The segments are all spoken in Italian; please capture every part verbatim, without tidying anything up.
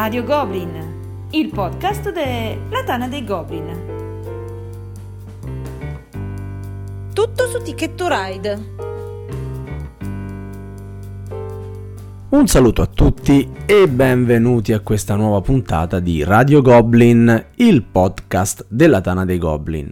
Radio Goblin, il podcast della Tana dei Goblin. Tutto su Ticket to Ride. Un saluto a tutti e benvenuti a questa nuova puntata di Radio Goblin, il podcast della Tana dei Goblin.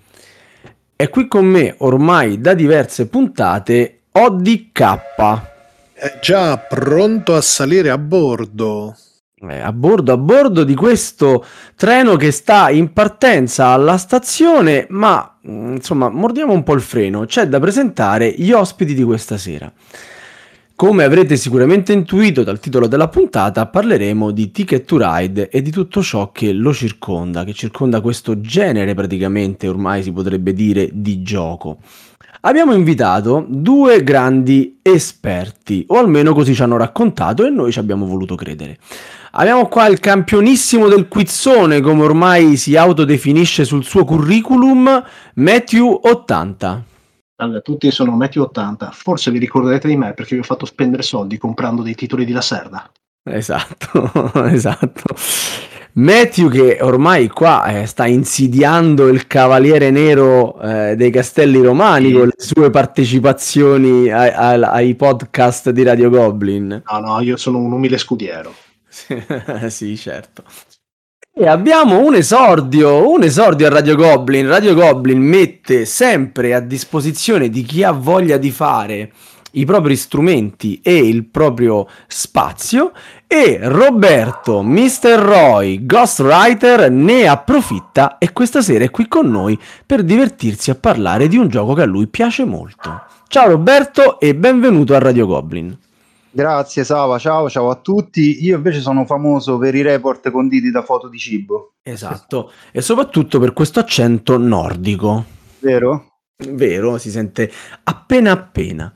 E qui con me ormai da diverse puntate O D K. È già pronto a salire a bordo. Eh, a bordo, a bordo di questo treno che sta in partenza alla stazione, ma insomma mordiamo un po' il freno. C'è da presentare gli ospiti di questa sera. Come avrete sicuramente intuito dal titolo della puntata, parleremo di Ticket to Ride e di tutto ciò che lo circonda, che circonda questo genere praticamente, ormai si potrebbe dire, di gioco. Abbiamo invitato due grandi esperti, o almeno così ci hanno raccontato e noi ci abbiamo voluto credere. Abbiamo qua il campionissimo del quizzone, come ormai si autodefinisce sul suo curriculum, Matthew ottanta. Salve a tutti, sono Matthew ottanta. Forse vi ricorderete di me perché vi ho fatto spendere soldi comprando dei titoli di Lacerda. Esatto, esatto. Matthew che ormai qua eh, sta insidiando il cavaliere nero eh, dei Castelli Romani, sì, con le sue partecipazioni ai, ai, ai podcast di Radio Goblin. No, no, io sono un umile scudiero. Sì, certo. E abbiamo un esordio, un esordio a Radio Goblin. Radio Goblin mette sempre a disposizione di chi ha voglia di fare i propri strumenti e il proprio spazio, e Roberto, mister Roy, Ghostwriter, ne approfitta e questa sera è qui con noi per divertirsi a parlare di un gioco che a lui piace molto. Ciao Roberto e benvenuto a Radio Goblin. Grazie Sava, ciao, ciao a tutti. Io invece sono famoso per i report conditi da foto di cibo. Esatto, e soprattutto per questo accento nordico. Vero? Vero, si sente appena appena.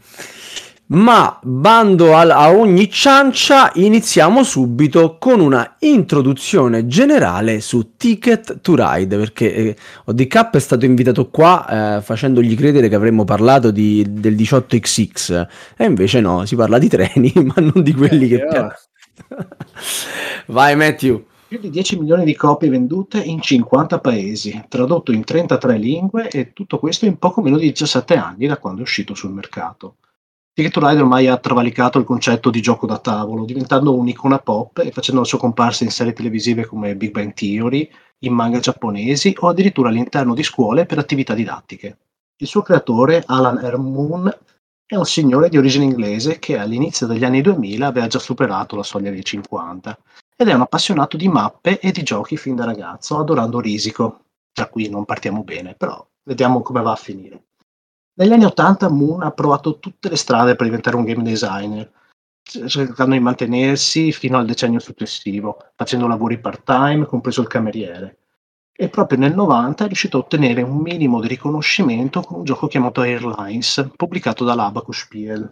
Ma bando a, a ogni ciancia, iniziamo subito con una introduzione generale su Ticket to Ride, perché eh, O D K è stato invitato qua eh, facendogli credere che avremmo parlato di, del diciotto X X, e invece no, si parla di treni, ma non di quelli eh, che piacciono. Vai Matthew. Più di dieci milioni di copie vendute in cinquanta paesi, tradotto in trentatré lingue, e tutto questo in poco meno di diciassette anni da quando è uscito sul mercato. Ticket to Ride ormai ha travalicato il concetto di gioco da tavolo, diventando un'icona pop e facendo la sua comparsa in serie televisive come Big Bang Theory, in manga giapponesi o addirittura all'interno di scuole per attività didattiche. Il suo creatore, Alan R. Moon, è un signore di origine inglese che all'inizio degli anni duemila aveva già superato la soglia dei cinquanta ed è un appassionato di mappe e di giochi fin da ragazzo, adorando Risico. Da qui non partiamo bene, però vediamo come va a finire. Negli anni ottanta Moon ha provato tutte le strade per diventare un game designer, cercando di mantenersi fino al decennio successivo, facendo lavori part-time, compreso il cameriere. E proprio nel novanta è riuscito a ottenere un minimo di riconoscimento con un gioco chiamato Airlines, pubblicato dall'Abacus Spiel.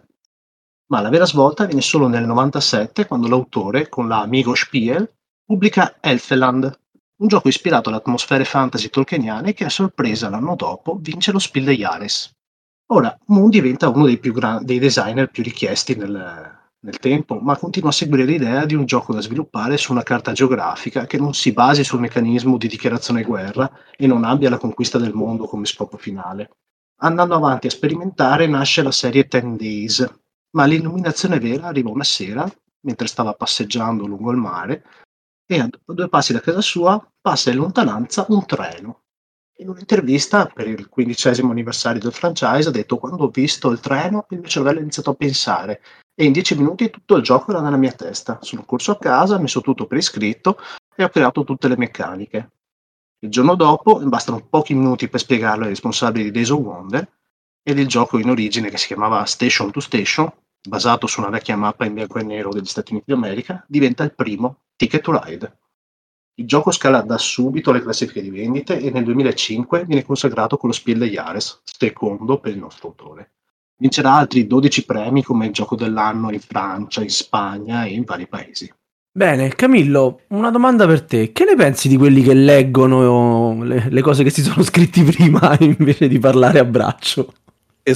Ma la vera svolta viene solo nel novantasette, quando l'autore, con la Amigo Spiel, pubblica Elfland, un gioco ispirato alle atmosfere fantasy tolkieniane che a sorpresa l'anno dopo vince lo Spiel des Jahres. Ora, Moon diventa uno dei, più gran- dei designer più richiesti nel, nel tempo, ma continua a seguire l'idea di un gioco da sviluppare su una carta geografica che non si basi sul meccanismo di dichiarazione di guerra e non abbia la conquista del mondo come scopo finale. Andando avanti a sperimentare nasce la serie Ten Days, ma l'illuminazione vera arriva una sera, mentre stava passeggiando lungo il mare, e a due passi da casa sua passa in lontananza un treno. In un'intervista per il quindicesimo anniversario del franchise ha detto: quando ho visto il treno il mio cervello ha iniziato a pensare e in dieci minuti tutto il gioco era nella mia testa. Sono corso a casa, ho messo tutto per iscritto e ho creato tutte le meccaniche. Il giorno dopo, bastano pochi minuti per spiegarlo ai responsabili di Days of Wonder, ed il gioco in origine, che si chiamava Station to Station, basato su una vecchia mappa in bianco e nero degli Stati Uniti d'America, diventa il primo Ticket to Ride. Il gioco scala da subito le classifiche di vendite e nel duemilacinque viene consacrato con lo Spiel des Jahres, secondo per il nostro autore. Vincerà altri dodici premi come gioco dell'anno in Francia, in Spagna e in vari paesi. Bene, Camillo, una domanda per te. Che ne pensi di quelli che leggono le, le cose che si sono scritti prima invece di parlare a braccio? e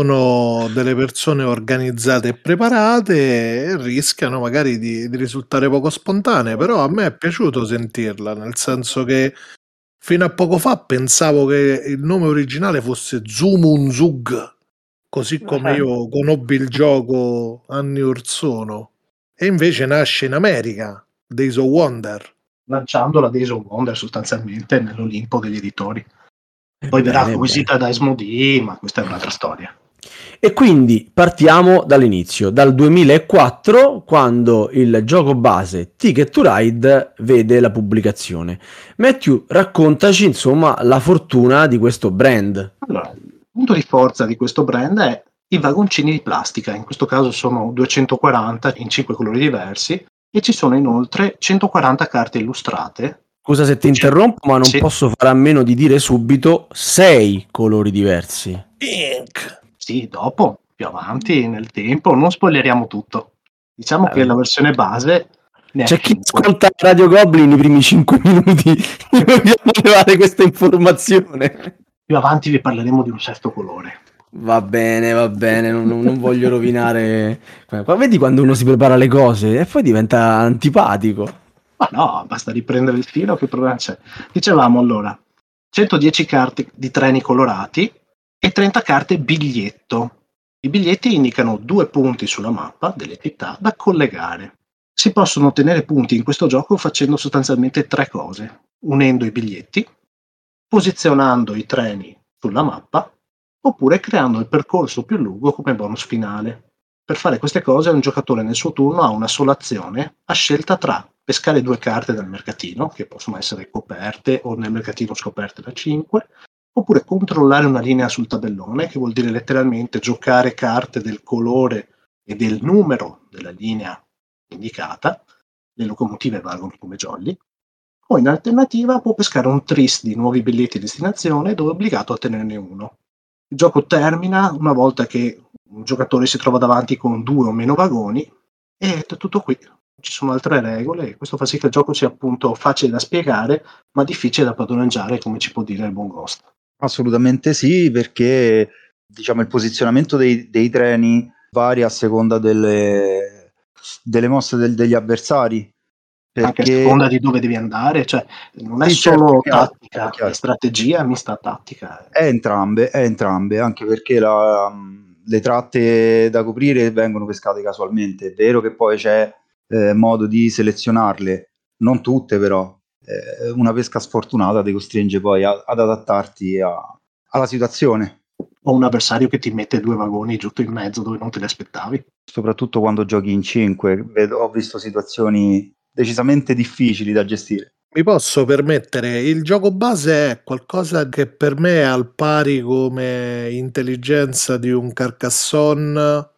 sono delle persone organizzate e preparate e rischiano magari di, di risultare poco spontanee, però a me è piaciuto sentirla, nel senso che fino a poco fa pensavo che il nome originale fosse Zumun Zug, così come io conobbi il gioco anni or sono, e invece nasce in America, Days of Wonder. Lanciando la Days of Wonder sostanzialmente nell'Olimpo degli editori. Poi verrà Bene, acquisita da Asmodee, ma questa è un'altra storia. E quindi partiamo dall'inizio, dal duemilaquattro, quando il gioco base Ticket to Ride vede la pubblicazione. Matthew, raccontaci insomma la fortuna di questo brand. Allora, il punto di forza di questo brand è i vagoncini di plastica, in questo caso sono duecentoquaranta in cinque colori diversi, e ci sono inoltre centoquaranta carte illustrate. Scusa se ti Sì. interrompo, ma non Sì. posso fare a meno di dire subito sei colori diversi. Ink. Sì, dopo, più avanti nel tempo, non spoileriamo tutto. Diciamo Eh, che la versione base ne C'è è chi cinque. ascolta Radio Goblin i primi cinque minuti e vogliamo levare questa informazione. Più avanti vi parleremo di un sesto colore. Va bene, va bene, non, non- non voglio rovinare. Qua vedi quando uno si prepara le cose e poi diventa antipatico. Ma no, basta riprendere il filo, che problema c'è? Dicevamo allora, centodieci carte di treni colorati e trenta carte biglietto. I biglietti indicano due punti sulla mappa delle città da collegare. Si possono ottenere punti in questo gioco facendo sostanzialmente tre cose: unendo i biglietti, posizionando i treni sulla mappa, oppure creando il percorso più lungo come bonus finale. Per fare queste cose un giocatore nel suo turno ha una sola azione a scelta tra pescare due carte dal mercatino, che possono essere coperte o nel mercatino scoperte da cinque, oppure controllare una linea sul tabellone, che vuol dire letteralmente giocare carte del colore e del numero della linea indicata. Le locomotive valgono come jolly. O in alternativa può pescare un tris di nuovi biglietti di destinazione dove è obbligato a tenerne uno. Il gioco termina una volta che un giocatore si trova davanti con due o meno vagoni, e è tutto qui. Ci sono altre regole e questo fa sì che il gioco sia appunto facile da spiegare ma difficile da padroneggiare, come ci può dire il buon Ghost. Assolutamente sì, perché diciamo il posizionamento dei, dei treni varia a seconda delle, delle mosse del- degli avversari. Anche a Perché seconda di dove devi andare, cioè non è Sì, certo, solo è chiaro, tattica, è chiaro. è strategia mista tattica. è entrambe, è entrambe, anche perché la, le tratte da coprire vengono pescate casualmente. È vero che poi c'è eh, modo di selezionarle, non tutte però. Eh, una pesca sfortunata ti costringe poi a- ad adattarti a- alla situazione, O un avversario che ti mette due vagoni giusto in mezzo dove non te li aspettavi. soprattutto quando giochi in cinque. Vedo, ho visto situazioni decisamente difficili da gestire. Mi posso permettere, il gioco base è qualcosa che per me è al pari come intelligenza di un Carcassonne,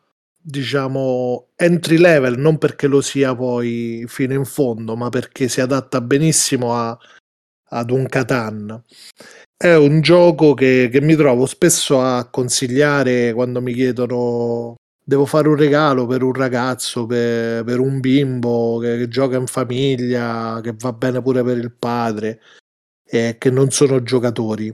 diciamo entry level, non perché lo sia poi fino in fondo, ma perché si adatta benissimo a- ad un Catan. È un gioco che, che mi trovo spesso a consigliare quando mi chiedono: devo fare un regalo per un ragazzo, per, per un bimbo che, che gioca in famiglia, che va bene pure per il padre, e che non sono giocatori.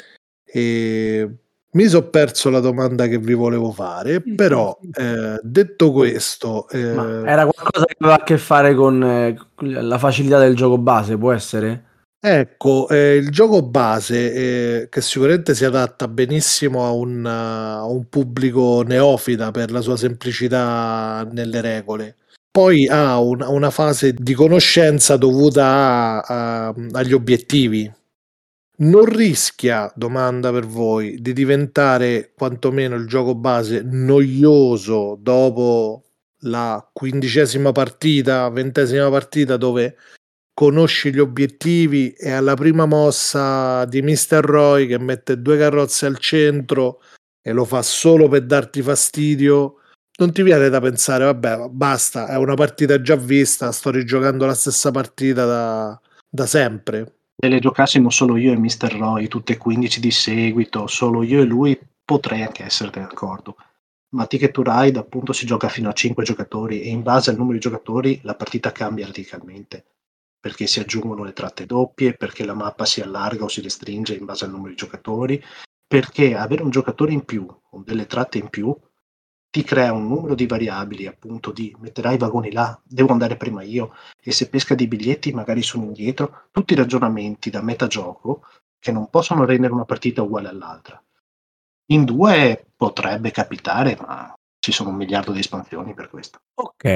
E mi sono perso la domanda che vi volevo fare, però eh, detto questo, eh, Ma era qualcosa che aveva a che fare con eh, la facilità del gioco base, può essere? ecco, eh, il gioco base, eh, che sicuramente si adatta benissimo a un, a un pubblico neofita per la sua semplicità nelle regole. Poi ha un- una fase di conoscenza dovuta a- a- agli obiettivi. Non rischia, domanda per voi, di diventare quantomeno il gioco base noioso dopo la quindicesima partita, ventesima partita, dove conosci gli obiettivi e alla prima mossa di mister Roy che mette due carrozze al centro e lo fa solo per darti fastidio, non ti viene da pensare: vabbè, basta, è una partita già vista, sto rigiocando la stessa partita da, da sempre. Se le giocassimo solo io e mister Roy, tutte e quindici di seguito, solo io e lui, potrei anche essere d'accordo. Ma Ticket to Ride appunto si gioca fino a cinque giocatori e in base al numero di giocatori la partita cambia radicalmente, perché si aggiungono le tratte doppie, perché la mappa si allarga o si restringe in base al numero di giocatori, perché avere un giocatore in più con delle tratte in più ti crea un numero di variabili, appunto, di metterai i vagoni là, devo andare prima io, e se pesca dei biglietti magari sono indietro, tutti ragionamenti da metagioco che non possono rendere una partita uguale all'altra. In due potrebbe capitare, ma ci sono un miliardo di espansioni per questo. Ok,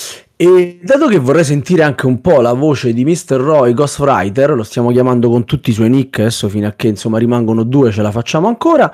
e dato che vorrei sentire anche un po' la voce di mister Roy Ghostwriter, lo stiamo chiamando con tutti i suoi nick, adesso fino a che insomma rimangono due ce la facciamo ancora.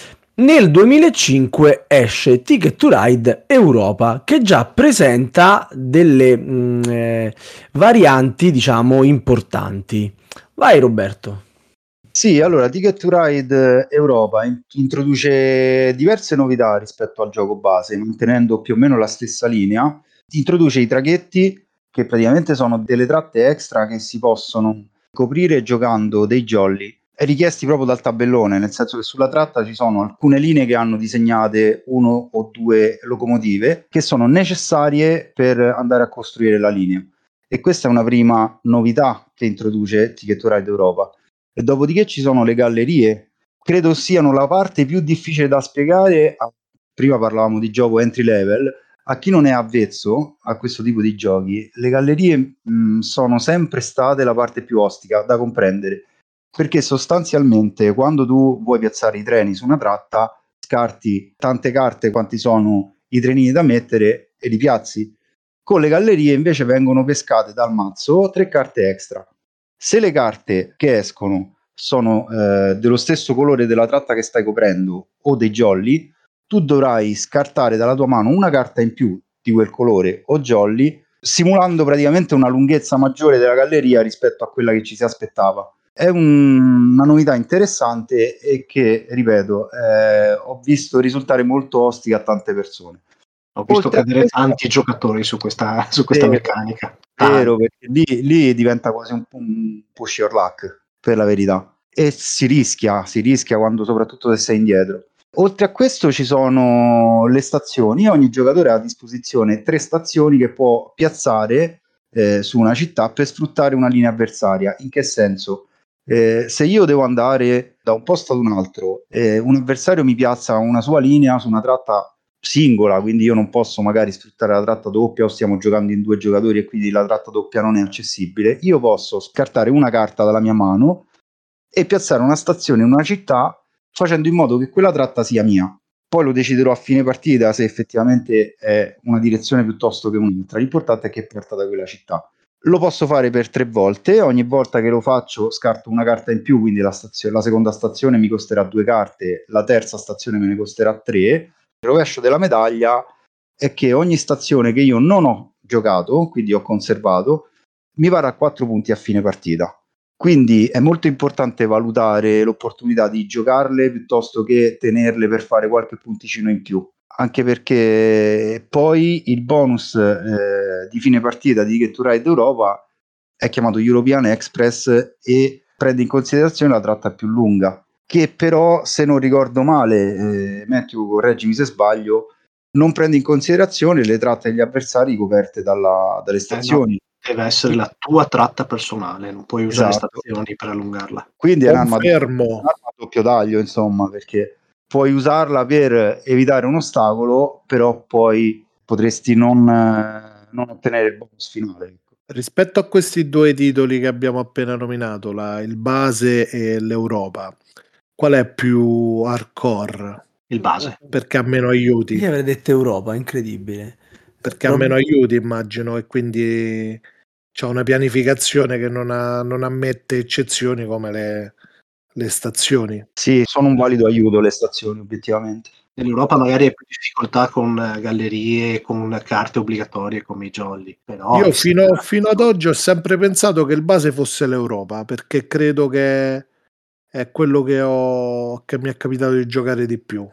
Nel duemilacinque esce Ticket to Ride Europa, che già presenta delle mh, eh, varianti, diciamo, importanti. Vai Roberto. Sì, allora Ticket to Ride Europa in- introduce diverse novità rispetto al gioco base, mantenendo più o meno la stessa linea. Introduce i traghetti, che praticamente sono delle tratte extra che si possono coprire giocando dei jolly, richiesti proprio dal tabellone, nel senso che sulla tratta ci sono alcune linee che hanno disegnate uno o due locomotive che sono necessarie per andare a costruire la linea. E questa è una prima novità che introduce Ticket to Ride Europa. E dopodiché ci sono le gallerie, credo siano la parte più difficile da spiegare. a- Prima parlavamo di gioco entry level, a chi non è avvezzo a questo tipo di giochi, le gallerie mh, sono sempre state la parte più ostica da comprendere, perché sostanzialmente quando tu vuoi piazzare i treni su una tratta, scarti tante carte quanti sono i trenini da mettere e li piazzi. Con le gallerie invece vengono pescate dal mazzo tre carte extra. Se le carte che escono sono eh, dello stesso colore della tratta che stai coprendo o dei jolly, tu dovrai scartare dalla tua mano una carta in più di quel colore o jolly, simulando praticamente una lunghezza maggiore della galleria rispetto a quella che ci si aspettava. È un- una novità interessante e che, ripeto, eh, ho visto risultare molto ostica a tante persone. Ho visto Oltre a cadere questo, tanti giocatori su questa, su questa vero, meccanica. vero, Tanti. perché lì, lì diventa quasi un, un push your luck, per la verità. E si rischia, si rischia quando soprattutto se sei indietro. Oltre a questo ci sono le stazioni, ogni giocatore ha a disposizione tre stazioni che può piazzare eh, su una città per sfruttare una linea avversaria. In che senso? Eh, se io devo andare da un posto ad un altro, eh, un avversario mi piazza una sua linea su una tratta singola, quindi io non posso magari sfruttare la tratta doppia o stiamo giocando in due giocatori e quindi la tratta doppia non è accessibile, io posso scartare una carta dalla mia mano e piazzare una stazione in una città facendo in modo che quella tratta sia mia. Poi lo deciderò a fine partita se effettivamente è una direzione piuttosto che un'altra. L'importante è che parta da quella città. Lo posso fare per tre volte, ogni volta che lo faccio scarto una carta in più, quindi la, stazio- la seconda stazione mi costerà due carte, la terza stazione me ne costerà tre. Il rovescio della medaglia è che ogni stazione che io non ho giocato, quindi ho conservato, mi varrà quattro punti a fine partita. Quindi è molto importante valutare l'opportunità di giocarle piuttosto che tenerle per fare qualche punticino in più. Anche perché poi il bonus eh, di fine partita di Ticket to Ride Europa è chiamato European Express e prende in considerazione la tratta più lunga, che però, se non ricordo male, eh, Matthew, correggimi se sbaglio, non prende in considerazione le tratte degli avversari coperte dalla- dalle Eh, no, stazioni. deve essere la tua tratta personale, non puoi usare Esatto. stazioni per allungarla. Quindi è un'arma, Confermo. un'arma a doppio taglio, insomma, perché puoi usarla per evitare un ostacolo, però poi potresti non, eh, non ottenere il bonus finale. ecco. Rispetto a questi due titoli che abbiamo appena nominato, la- il base e l'Europa, qual è più hardcore? Il base. Perché ha meno aiuti. Io avrei detto Europa, incredibile. Perché ha meno aiuti, immagino, e quindi c'è una pianificazione che non, ha- non ammette eccezioni come le, le stazioni. Sì, sono un valido aiuto le stazioni, obiettivamente. Nell'Europa magari hai più difficoltà con eh, gallerie, con carte obbligatorie come i jolly. Però Io mi fino, sembra- fino ad oggi ho sempre pensato che il base fosse l'Europa, perché credo che è quello che, ho, che mi è capitato di giocare di più,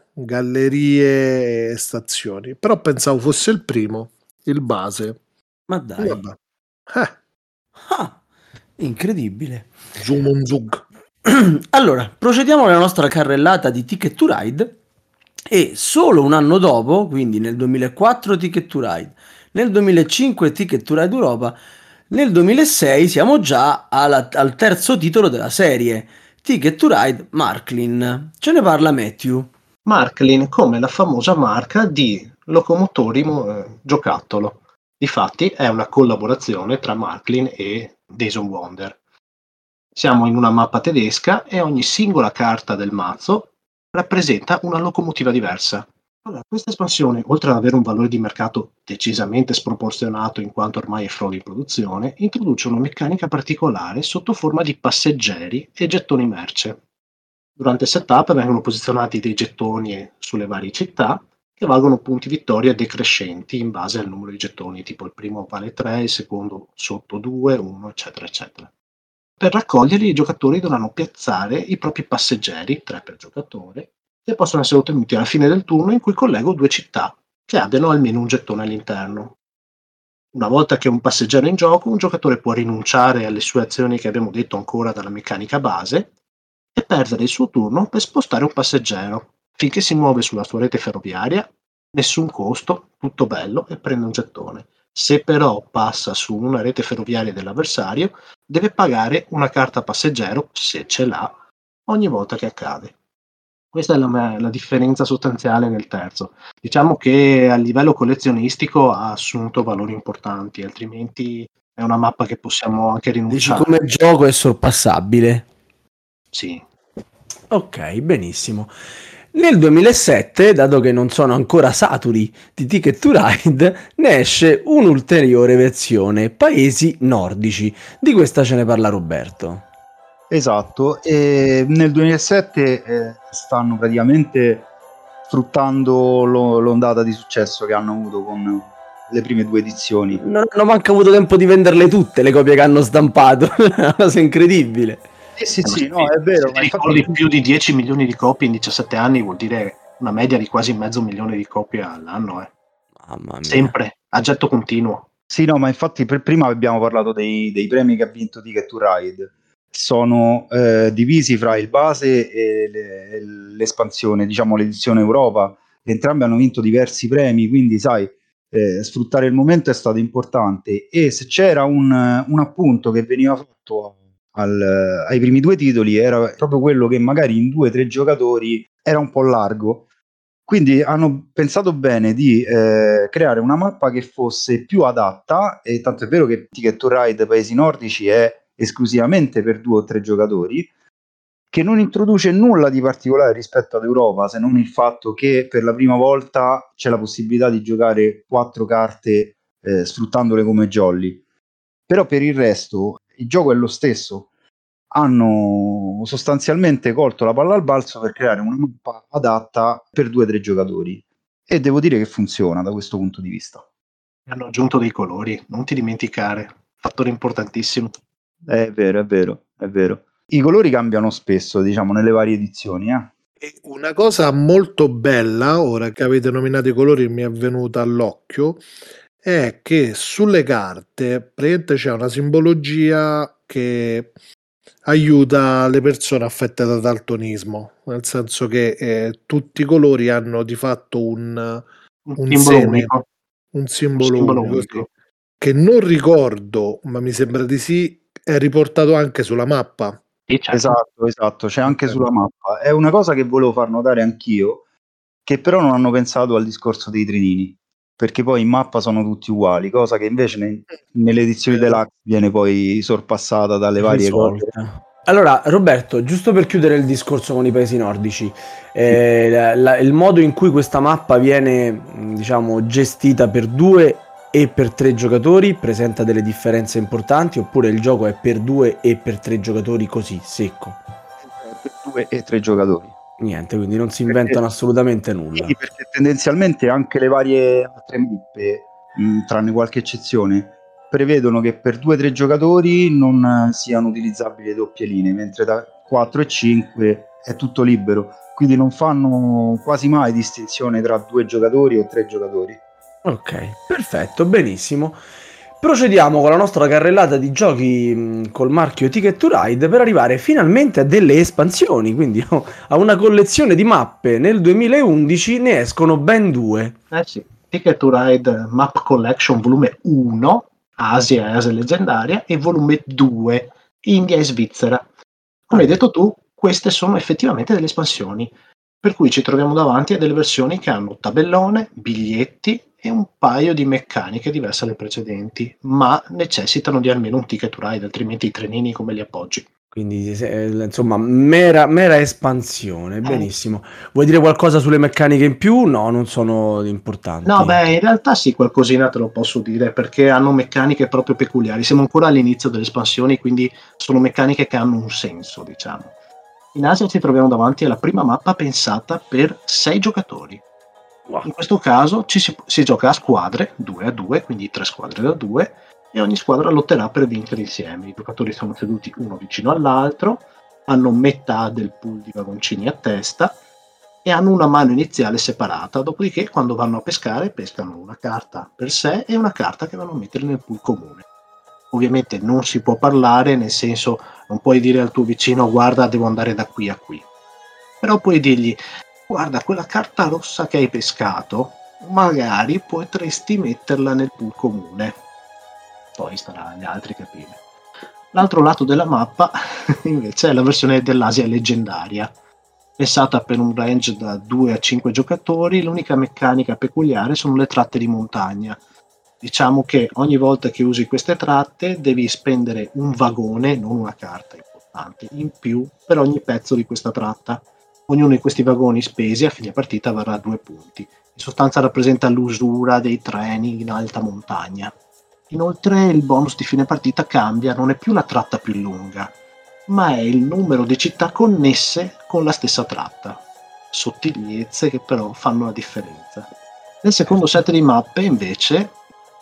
gallerie e stazioni. Però pensavo fosse il primo, il base. Ma dai. Vabbè. Eh, Ah, incredibile. zoom on zug. Allora, procediamo nella nostra carrellata di Ticket to Ride e solo un anno dopo, quindi nel duemilaquattro Ticket to Ride, nel duemilacinque Ticket to Ride Europa, nel duemilasei siamo già alla- al terzo titolo della serie, Ticket to Ride Marklin. Ce ne parla Matthew. Marklin come la famosa marca di locomotori eh, giocattolo. Difatti è una collaborazione tra Marklin e Days of Wonder. Siamo in una mappa tedesca e ogni singola carta del mazzo rappresenta una locomotiva diversa. Allora, questa espansione, oltre ad avere un valore di mercato decisamente sproporzionato in quanto ormai è frode in produzione, introduce una meccanica particolare sotto forma di passeggeri e gettoni merce. Durante il setup vengono posizionati dei gettoni sulle varie città che valgono punti vittoria decrescenti in base al numero di gettoni, tipo il primo vale tre, il secondo sotto due, uno, eccetera, eccetera. Per raccoglierli i giocatori dovranno piazzare i propri passeggeri, tre per giocatore, che possono essere ottenuti alla fine del turno in cui collego due città che abbiano almeno un gettone all'interno. Una volta che un passeggero è in gioco, un giocatore può rinunciare alle sue azioni che abbiamo detto ancora dalla meccanica base e perdere il suo turno per spostare un passeggero. Finché si muove sulla sua rete ferroviaria, nessun costo, tutto bello e prende un gettone. Se però passa su una rete ferroviaria dell'avversario, deve pagare una carta passeggero, se ce l'ha, ogni volta che accade. Questa è la, la differenza sostanziale nel terzo. Diciamo che a livello collezionistico ha assunto valori importanti, altrimenti è una mappa che possiamo anche rinunciare. Dici come gioco è sorpassabile? Sì. Ok, benissimo. Nel duemilasette, dato che non sono ancora saturi di Ticket to Ride, ne esce un'ulteriore versione, Paesi Nordici. Di questa ce ne parla Roberto. Esatto, e nel duemilasette eh, stanno praticamente sfruttando lo, l'ondata di successo che hanno avuto con le prime due edizioni. Non hanno manco avuto tempo di venderle tutte le copie che hanno stampato, è una cosa incredibile. Sì, sì, sì, no, è vero. Se ti ricordi più di dieci milioni di copie in diciassette anni, vuol dire una media di quasi mezzo milione di copie all'anno. Eh. Mamma mia. Sempre, a getto continuo. Sì, no, ma infatti per prima abbiamo parlato dei, dei premi che ha vinto Ticket to Ride. Sono eh, divisi fra il base e le, l'espansione, diciamo l'edizione Europa. Entrambi hanno vinto diversi premi, quindi sai, eh, sfruttare il momento è stato importante. E se c'era un, un appunto che veniva fatto al, ai primi due titoli, era proprio quello che magari in due o tre giocatori era un po' largo. Quindi hanno pensato bene di eh, creare una mappa che fosse più adatta, e tanto è vero che Ticket to Ride Paesi Nordici è esclusivamente per due o tre giocatori, che non introduce nulla di particolare rispetto ad Europa, se non il fatto che per la prima volta c'è la possibilità di giocare quattro carte eh, sfruttandole come jolly. Però per il resto il gioco è lo stesso. Hanno sostanzialmente colto la palla al balzo per creare una mappa adatta per due o tre giocatori, e devo dire che funziona da questo punto di vista. Hanno aggiunto dei colori, non ti dimenticare, fattore importantissimo. È vero, è vero, è vero. I colori cambiano spesso, diciamo, nelle varie edizioni. Eh? E una cosa molto bella, ora che avete nominato i colori, mi è venuta all'occhio, è che sulle carte praticamente c'è una simbologia che aiuta le persone affette da daltonismo, nel senso che eh, tutti i colori hanno di fatto un, Un un simbolo seme, unico. un simbolo, Un simbolo unico, unico. sì, che non ricordo, ma mi sembra di sì, è riportato anche sulla mappa. Sì, certo. Esatto, esatto, c'è anche Ok. sulla mappa. È una cosa che volevo far notare anch'io, che però non hanno pensato al discorso dei trenini, perché poi in mappa sono tutti uguali, cosa che invece ne, nelle edizioni Vero. deluxe viene poi sorpassata dalle varie cose. Risolta. Allora, Roberto, giusto per chiudere il discorso con i paesi nordici, eh, la- la- il modo in cui questa mappa viene, mh, diciamo, gestita per due e per tre giocatori presenta delle differenze importanti, oppure il gioco è per due e per tre giocatori così, secco? Per due e tre giocatori. Niente, quindi non si inventano assolutamente nulla. Sì, perché tendenzialmente anche le varie altre mappe, mh, tranne qualche eccezione, prevedono che per due o tre giocatori non eh, siano utilizzabili le doppie linee, mentre da quattro e cinque è tutto libero, quindi non fanno quasi mai distinzione tra due giocatori o tre giocatori. Ok, perfetto, benissimo. Procediamo con la nostra carrellata di giochi mh, col marchio Ticket to Ride per arrivare finalmente a delle espansioni, quindi oh, a una collezione di mappe. Nel duemilaundici ne escono ben due. Eh sì. Ticket to Ride Map Collection volume uno, Asia e Asia leggendaria, e volume due, India e Svizzera. Come hai detto tu, queste sono effettivamente delle espansioni, per cui ci troviamo davanti a delle versioni che hanno tabellone, biglietti e un paio di meccaniche diverse dalle precedenti, ma necessitano di almeno un ticket to ride, altrimenti i trenini come li appoggi? Quindi, se- insomma, mera, mera espansione, Eh, benissimo. Vuoi dire qualcosa sulle meccaniche in più? No, non sono importanti. No, beh, in realtà sì, qualcosina te lo posso dire, perché hanno meccaniche proprio peculiari. Siamo ancora all'inizio delle espansioni, quindi sono meccaniche che hanno un senso, diciamo. In Asia ci troviamo davanti alla prima mappa pensata per sei giocatori. Wow. In questo caso ci si, si gioca a squadre, due a due, quindi tre squadre da due, e ogni squadra lotterà per vincere insieme. I giocatori sono seduti uno vicino all'altro, hanno metà del pool di vagoncini a testa e hanno una mano iniziale separata, dopodiché quando vanno a pescare pescano una carta per sé e una carta che vanno a mettere nel pool comune. Ovviamente non si può parlare, nel senso non puoi dire al tuo vicino guarda devo andare da qui a qui, però puoi dirgli guarda quella carta rossa che hai pescato magari potresti metterla nel pool comune, poi starà agli altri capire. L'altro lato della mappa invece è la versione dell'Asia leggendaria, pensata per un range da due a cinque giocatori. L'unica meccanica peculiare sono le tratte di montagna. Diciamo che ogni volta che usi queste tratte devi spendere un vagone, non una carta importante, in più per ogni pezzo di questa tratta. Ognuno di questi vagoni spesi a fine partita varrà due punti. In sostanza rappresenta l'usura dei treni in alta montagna. Inoltre il bonus di fine partita cambia, non è più la tratta più lunga, ma è il numero di città connesse con la stessa tratta. Sottigliezze che però fanno la differenza. Nel secondo set di mappe invece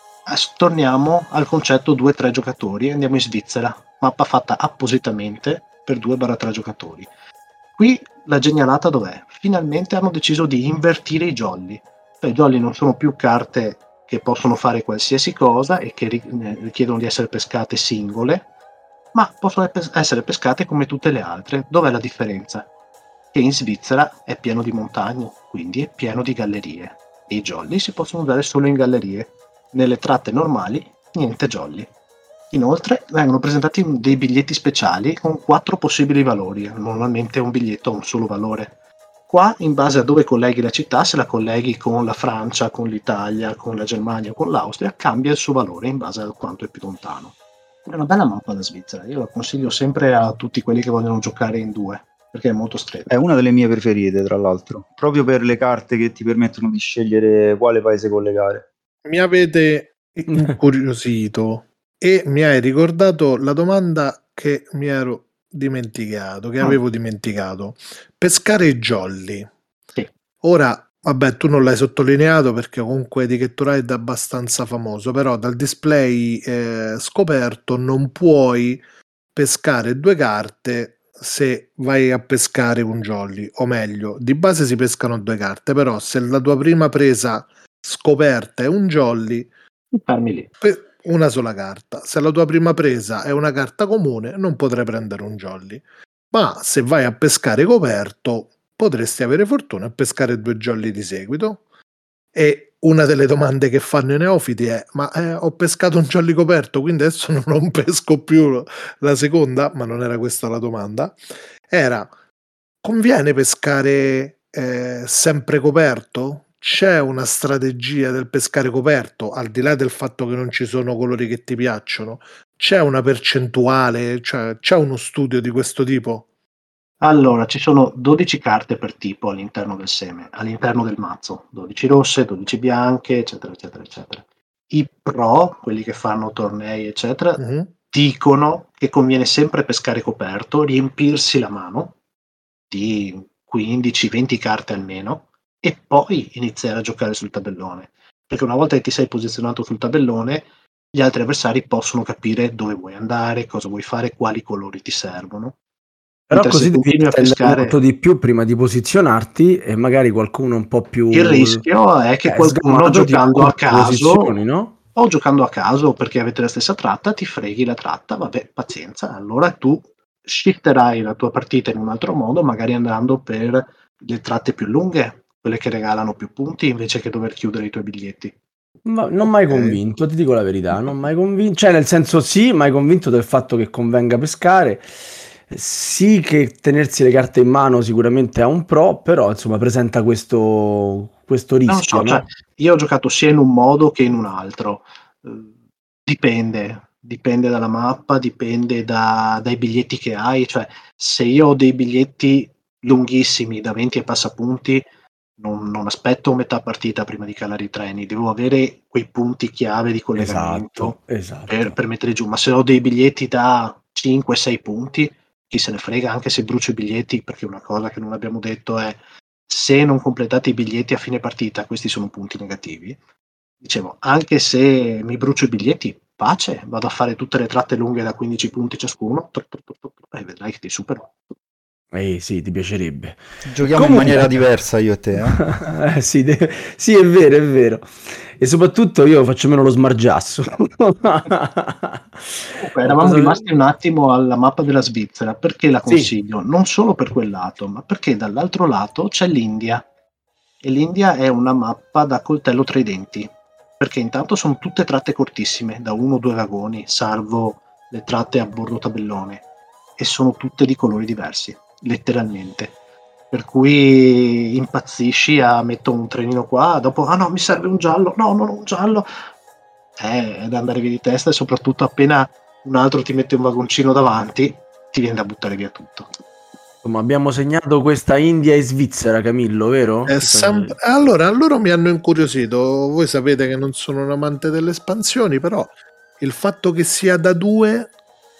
torniamo al concetto due tre giocatori e andiamo in Svizzera, mappa fatta appositamente per due tre giocatori. Qui la genialata dov'è? Finalmente hanno deciso di invertire i jolly. Cioè, i jolly non sono più carte che possono fare qualsiasi cosa e che richiedono di essere pescate singole, ma possono essere pescate come tutte le altre. Dov'è la differenza? Che in Svizzera è pieno di montagne, quindi è pieno di gallerie, e i jolly si possono usare solo in gallerie. Nelle tratte normali niente jolly. Inoltre vengono presentati dei biglietti speciali con quattro possibili valori. Normalmente un biglietto ha un solo valore. Qua, in base a dove colleghi la città, se la colleghi con la Francia, con l'Italia, con la Germania o con l'Austria, cambia il suo valore in base a quanto è più lontano. È una bella mappa la Svizzera, io la consiglio sempre a tutti quelli che vogliono giocare in due, perché è molto stretta. È una delle mie preferite, tra l'altro, proprio per le carte che ti permettono di scegliere quale paese collegare. Mi avete incuriosito e mi hai ricordato la domanda che mi ero dimenticato, che Ah. avevo dimenticato. Pescare i jolly. Sì. Ora, vabbè, tu non l'hai sottolineato perché comunque Ticket to Ride è abbastanza famoso, però dal display eh, scoperto non puoi pescare due carte se vai a pescare un jolly, o meglio, di base si pescano due carte, però se la tua prima presa scoperta è un jolly, Fermi lì. pe- una sola carta. Se la tua prima presa è una carta comune, non potrai prendere un jolly. Ma se vai a pescare coperto, potresti avere fortuna a pescare due jolly di seguito. E una delle domande che fanno i neofiti è: ma eh, ho pescato un jolly coperto, quindi adesso non pesco più la seconda? Ma non era questa la domanda. Era: conviene pescare eh, sempre coperto? C'è una strategia del pescare coperto, al di là del fatto che non ci sono colori che ti piacciono? C'è una percentuale? Cioè, c'è uno studio di questo tipo? Allora, ci sono dodici carte per tipo all'interno del seme, all'interno del mazzo, dodici rosse, dodici bianche, eccetera, eccetera, eccetera. I pro, quelli che fanno tornei, eccetera, Mhm. dicono che conviene sempre pescare coperto, riempirsi la mano di quindici venti carte almeno, e poi iniziare a giocare sul tabellone. Perché una volta che ti sei posizionato sul tabellone, gli altri avversari possono capire dove vuoi andare, cosa vuoi fare, quali colori ti servono. Però Mentre così se devi continui a attendere pescare, molto di più prima di posizionarti e magari qualcuno un po' più il rischio è che eh, qualcuno sgamato ti giocando a occupa le caso posizioni, no? o giocando a caso perché avete la stessa tratta ti freghi la tratta, vabbè, pazienza, allora tu shifterai la tua partita in un altro modo, magari andando per le tratte più lunghe, quelle che regalano più punti invece che dover chiudere i tuoi biglietti. Ma non mai Ok. convinto, ti dico la verità, non mai convinto, cioè nel senso sì, mai convinto del fatto che convenga pescare. sì che tenersi le carte in mano sicuramente ha un pro, però insomma presenta questo, questo Non lo rischio, so, cioè, no? io ho giocato sia in un modo che in un altro. Eh, Dipende, dipende dalla mappa, dipende da- dai biglietti che hai. Cioè, se io ho dei biglietti lunghissimi da venti e passapunti, non, non aspetto metà partita prima di calare i treni, devo avere quei punti chiave di collegamento Esatto, per, esatto. per mettere giù. Ma se ho dei biglietti da cinque sei punti, chi se ne frega, anche se brucio i biglietti, perché una cosa che non abbiamo detto è se non completate i biglietti a fine partita, questi sono punti negativi. Dicevo, anche se mi brucio i biglietti, pace, vado a fare tutte le tratte lunghe da quindici punti ciascuno, e vedrai che ti supero. Eh sì, ti piacerebbe. Giochiamo in Comunque, maniera diversa io e te, eh? eh, sì, de- sì, è vero, è vero. E soprattutto io faccio meno lo smargiasso. Comunque, No, eravamo cosa- rimasti un attimo alla mappa della Svizzera. Perché la Sì, consiglio? Non solo per quel lato, ma perché dall'altro lato c'è l'India. E l'India è una mappa da coltello tra i denti. Perché intanto sono tutte tratte cortissime, da uno o due vagoni, salvo le tratte a bordo tabellone. E sono tutte di colori diversi, letteralmente. Per cui impazzisci a metto un trenino qua, dopo ah no, mi serve un giallo, no, non un giallo. Eh, è da andare via di testa, e soprattutto appena un altro ti mette un vagoncino davanti, ti viene da buttare via tutto. insomma, abbiamo segnato questa India e Svizzera, Camillo, vero? È Questa- sem- allora, loro mi hanno incuriosito. Voi sapete che non sono un amante delle espansioni, però il fatto che sia da due,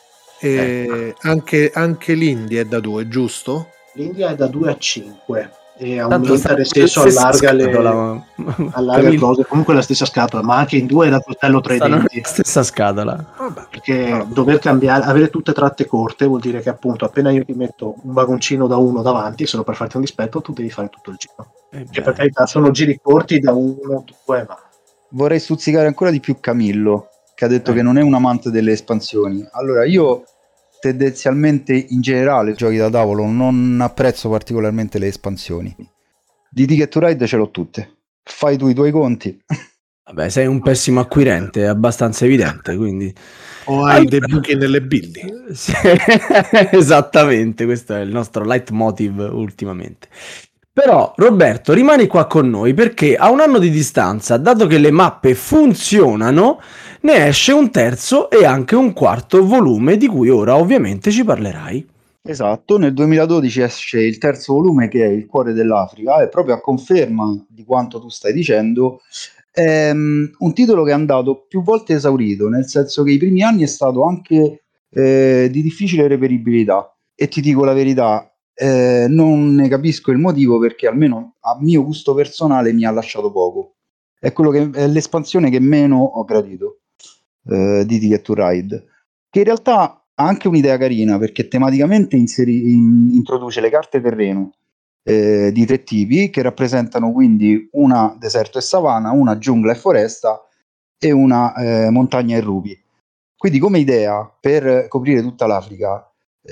eh, anche, anche l'India è da due, giusto? L'India è da due a cinque e Tanto aumenta, stanno nel sulla senso stessa allarga scatola, le, ma- allarga le Camillo, cose, comunque la stessa scatola, ma anche in due è da coltello tra i stanno nella denti. stessa scatola. Vabbè. Perché Ah, dover cambiare, avere tutte tratte corte vuol dire che appunto appena io ti metto un vagoncino da uno davanti, solo per farti un dispetto, tu devi fare tutto il giro. Eh Che per beh. carità sono giri corti da uno, due, ma Vorrei stuzzicare ancora di più Camillo, che ha detto Eh. che non è un amante delle espansioni. Allora, io tendenzialmente in generale Giochi da tavolo, non apprezzo particolarmente le espansioni. di Ticket to Ride ce l'ho tutte. Fai tu i tuoi conti. Vabbè, sei un pessimo acquirente, è abbastanza evidente, quindi... o hai dei buchi nelle billi? Sì, esattamente, questo è il nostro leitmotiv ultimamente. Però, Roberto, rimani qua con noi perché a un anno di distanza, dato che le mappe funzionano, ne esce un terzo e anche un quarto volume di cui ora ovviamente ci parlerai. Esatto, nel duemiladodici esce il terzo volume che è Il cuore dell'Africa e proprio a conferma di quanto tu stai dicendo è um, un titolo che è andato più volte esaurito, nel senso che i primi anni è stato anche eh, di difficile reperibilità e ti dico la verità, eh, non ne capisco il motivo perché almeno a mio gusto personale mi ha lasciato poco. È, quello che, è l'espansione che meno ho gradito eh, di Ticket to Ride, che in realtà ha anche un'idea carina perché tematicamente inseri- in- introduce le carte terreno eh, di tre tipi che rappresentano quindi una deserto e savana, una giungla e foresta e una eh, montagna e rupi. Quindi come idea per coprire tutta l'Africa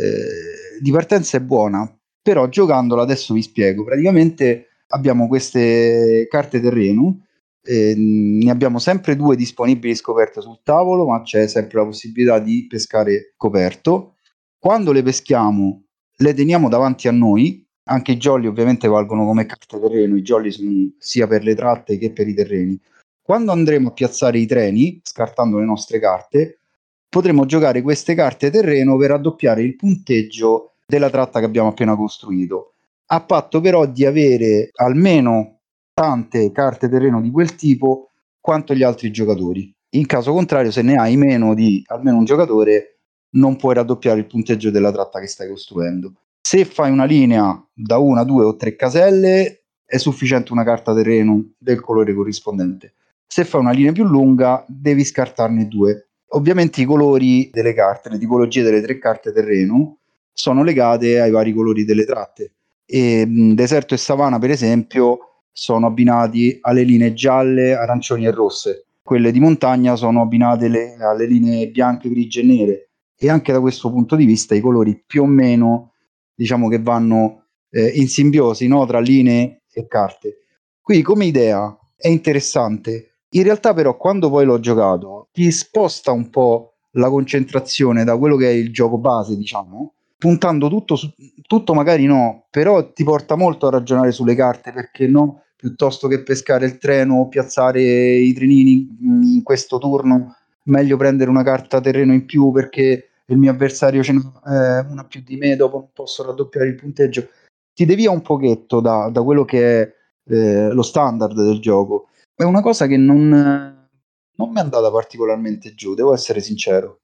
eh, di partenza è buona, però giocandola adesso vi spiego. Praticamente abbiamo queste carte terreno, eh, ne abbiamo sempre due disponibili scoperte sul tavolo, ma c'è sempre la possibilità di pescare coperto. Quando le peschiamo, le teniamo davanti a noi. Anche i jolly ovviamente valgono come carte terreno, i jolly sono sia per le tratte che per i terreni. Quando andremo a piazzare i treni, scartando le nostre carte, potremo giocare queste carte terreno per raddoppiare il punteggio della tratta che abbiamo appena costruito, a patto però di avere almeno tante carte terreno di quel tipo quanto gli altri giocatori. In caso contrario, se ne hai meno di almeno un giocatore, non puoi raddoppiare il punteggio della tratta che stai costruendo. Se fai una linea da una, due o tre caselle, è sufficiente una carta terreno del colore corrispondente. Se fai una linea più lunga, devi scartarne due. Ovviamente i colori delle carte, le tipologie delle tre carte terreno, sono legate ai vari colori delle tratte. E mh, deserto e savana, per esempio, sono abbinati alle linee gialle, arancioni e rosse. Quelle di montagna sono abbinate le, alle linee bianche, grigie e nere. E anche da questo punto di vista i colori più o meno, diciamo che vanno eh, in simbiosi, no? Tra linee e carte. Qui come idea è interessante. In realtà però quando poi l'ho giocato ti sposta un po' la concentrazione da quello che è il gioco base, diciamo, puntando tutto su tutto magari no, però ti porta molto a ragionare sulle carte, perché no, piuttosto che pescare il treno o piazzare i trenini in questo turno, meglio prendere una carta terreno in più perché il mio avversario ce n'ha eh, una più di me, dopo non posso raddoppiare il punteggio. Ti devia un pochetto da, da quello che è eh, lo standard del gioco. È una cosa che non, non mi è andata particolarmente giù, devo essere sincero.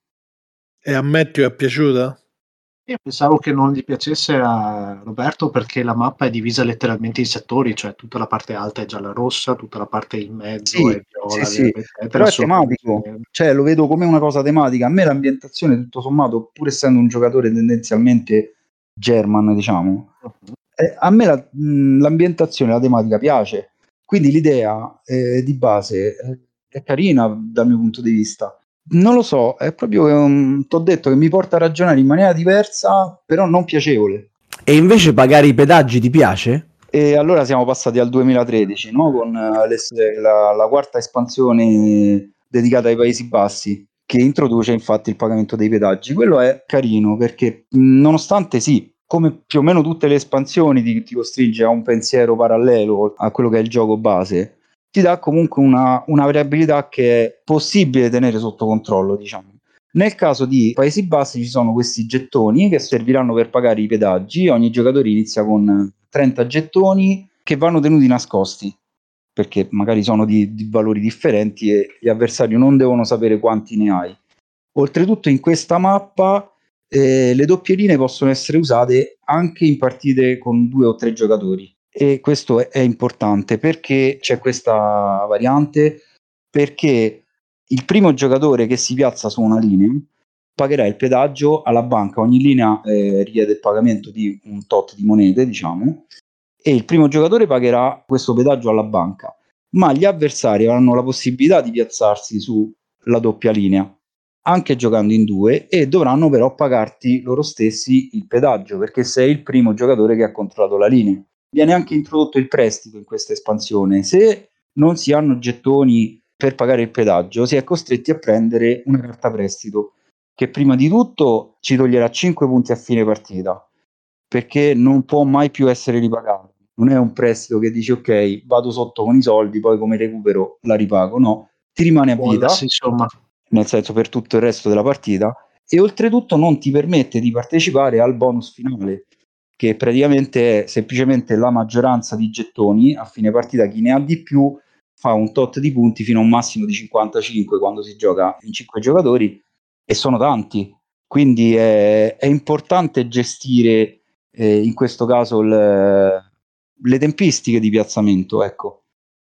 E a Matthew è piaciuta? Io pensavo che non gli piacesse a Roberto perché la mappa è divisa letteralmente in settori, cioè tutta la parte alta è gialla-rossa, tutta la parte in mezzo Sì, è sì, viola, sì, verde, eccetera, però è sopra invece tematico, è nero. cioè lo vedo come una cosa tematica. A me l'ambientazione, tutto sommato, pur essendo un giocatore tendenzialmente German, diciamo, Mhm. eh, a me la- mh, l'ambientazione, la tematica piace, quindi l'idea eh, di base eh, è carina dal mio punto di vista. Non lo so, è proprio, um, t'ho detto che mi porta a ragionare in maniera diversa, però non piacevole. E invece pagare i pedaggi ti piace? E allora siamo passati al duemilatredici, no? Con eh, le- la, la quarta espansione dedicata ai Paesi Bassi, che introduce infatti il pagamento dei pedaggi. Quello è carino perché, mh, nonostante sì, come più o meno tutte le espansioni ti, ti costringe a un pensiero parallelo a quello che è il gioco base, ti dà comunque una, una variabilità che è possibile tenere sotto controllo, diciamo. Nel caso di Paesi Bassi ci sono questi gettoni che serviranno per pagare i pedaggi. Ogni giocatore inizia con trenta gettoni che vanno tenuti nascosti perché magari sono di, di valori differenti e gli avversari non devono sapere quanti ne hai. Oltretutto in questa mappa eh, le doppie linee possono essere usate anche in partite con due o tre giocatori e questo è, è importante perché c'è questa variante, perché il primo giocatore che si piazza su una linea pagherà il pedaggio alla banca. Ogni linea eh, richiede il pagamento di un tot di monete, diciamo, e il primo giocatore pagherà questo pedaggio alla banca, ma gli avversari avranno la possibilità di piazzarsi sulla doppia linea anche giocando in due e dovranno però pagarti loro stessi il pedaggio perché sei il primo giocatore che ha controllato la linea. Viene anche introdotto il prestito in questa espansione. Se non si hanno gettoni per pagare il pedaggio, si è costretti a prendere una carta prestito che prima di tutto ci toglierà cinque punti a fine partita perché non può mai più essere ripagato. Non è un prestito che dici ok, vado sotto con i soldi, poi come recupero la ripago. No, ti rimane a Wallace, vita, insomma. nel senso per tutto il resto della partita, e oltretutto non ti permette di partecipare al bonus finale, che praticamente è semplicemente la maggioranza di gettoni a fine partita. Chi ne ha di più fa un tot di punti fino a un massimo di cinquantacinque quando si gioca in cinque giocatori, e sono tanti. Quindi è, è importante gestire eh, in questo caso il, le tempistiche di piazzamento, ecco,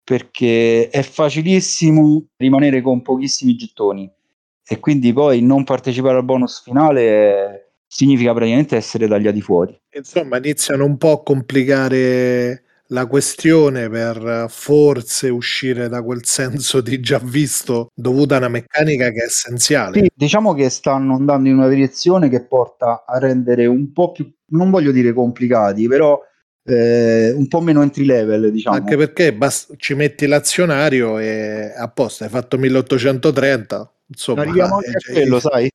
perché è facilissimo rimanere con pochissimi gettoni e quindi poi non partecipare al bonus finale eh, significa praticamente essere tagliati fuori. Insomma, iniziano un po' a complicare la questione per forse uscire da quel senso di già visto dovuto a una meccanica che è essenziale. Sì, diciamo che stanno andando in una direzione che porta a rendere un po' più, non voglio dire complicati, però eh, un po' meno entry level, diciamo. Anche perché bast- ci metti l'azionario e a posto, hai fatto milleottocentotrenta. Insomma, Arriviamo è anche a già- quello, sai?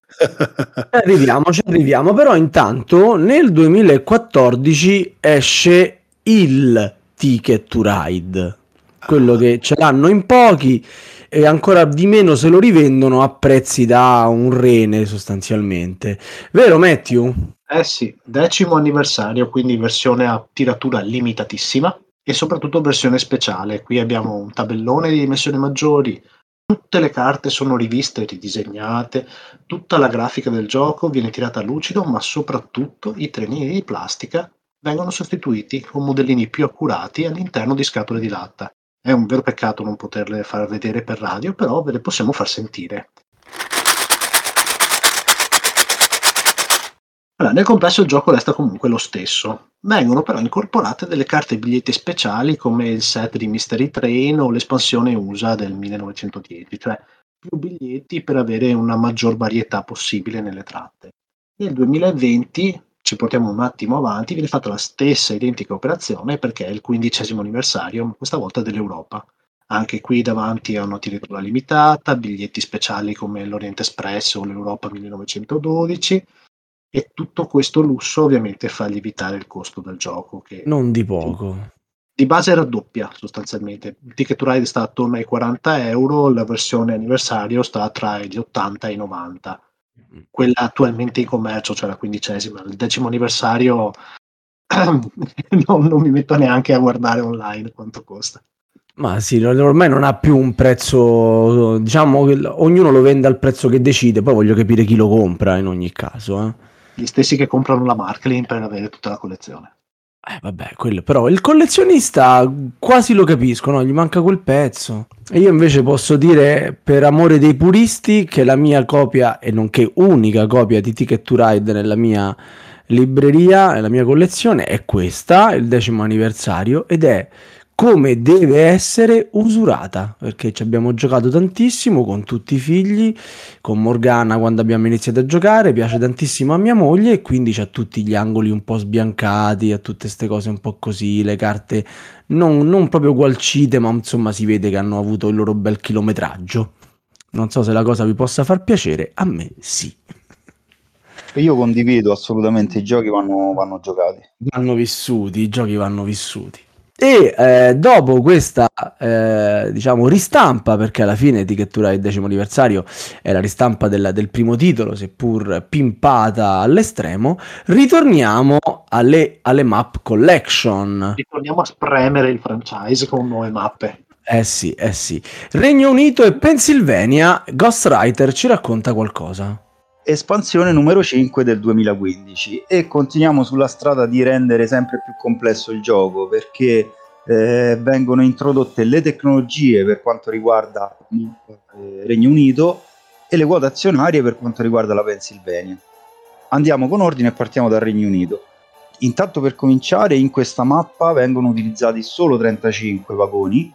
Ci arriviamo, ci arriviamo, però intanto nel duemilaquattordici esce il Ticket to Ride, quello che ce l'hanno in pochi e ancora di meno se lo rivendono a prezzi da un rene sostanzialmente. Vero Matthew? Eh sì, decimo anniversario, quindi versione a tiratura limitatissima e soprattutto versione speciale. Qui abbiamo un tabellone di dimensioni maggiori, tutte le carte sono riviste e ridisegnate, tutta la grafica del gioco viene tirata a lucido, ma soprattutto i trenini di plastica vengono sostituiti con modellini più accurati all'interno di scatole di latta. È un vero peccato non poterle far vedere per radio, però ve le possiamo far sentire. Allora, nel complesso il gioco resta comunque lo stesso. Vengono però incorporate delle carte e biglietti speciali come il set di Mystery Train o l'espansione U S A del millenovecentodieci, cioè più biglietti per avere una maggior varietà possibile nelle tratte. Nel duemilaventi, ci portiamo un attimo avanti, viene fatta la stessa identica operazione perché è il quindicesimo anniversario, ma questa volta dell'Europa. Anche qui davanti a una tiratura limitata, biglietti speciali come l'Orient Express o l'Europa millenovecentododici, E tutto questo lusso ovviamente fa lievitare il costo del gioco, che Non di poco. di base raddoppia sostanzialmente. Il Ticket to Ride sta attorno ai quaranta euro, la versione anniversario sta tra gli ottanta e i novanta. Quella attualmente in commercio, cioè la quindicesima, il decimo anniversario non, non mi metto neanche a guardare online quanto costa. Ma sì, ormai non ha più un prezzo, diciamo che l- ognuno lo vende al prezzo che decide, poi voglio capire chi lo compra in ogni caso, eh. Gli stessi che comprano la Marklin per avere tutta la collezione. Eh, vabbè, quello però il collezionista quasi lo capisco, no? Gli manca quel pezzo. E io invece posso dire, per amore dei puristi, che la mia copia, e nonché unica copia di Ticket to Ride nella mia libreria, nella mia collezione, è questa, il decimo anniversario, ed è come deve essere usurata, perché ci abbiamo giocato tantissimo con tutti i figli, con Morgana quando abbiamo iniziato a giocare, piace tantissimo a mia moglie e quindi c'ha tutti gli angoli un po' sbiancati, ha tutte ste cose un po' così, le carte non, non proprio gualcite, ma insomma si vede che hanno avuto il loro bel chilometraggio. Non so se la cosa vi possa far piacere, a me sì. Io condivido assolutamente, i giochi vanno, vanno giocati. Vanno vissuti, i giochi vanno vissuti. E eh, dopo questa eh, diciamo ristampa, perché alla fine Ticket to Ride il decimo anniversario è la ristampa del, del primo titolo, seppur pimpata all'estremo, ritorniamo alle, alle map collection. Ritorniamo a spremere il franchise con nuove mappe. Eh sì, eh sì. Regno Unito e Pennsylvania, Ghostwriter ci racconta qualcosa. Espansione numero cinque del duemilaquindici, e continuiamo sulla strada di rendere sempre più complesso il gioco, perché eh, vengono introdotte le tecnologie per quanto riguarda il eh, Regno Unito e le quote azionarie per quanto riguarda la Pennsylvania. Andiamo con ordine e partiamo dal Regno Unito. Intanto, per cominciare, in questa mappa vengono utilizzati solo trentacinque vagoni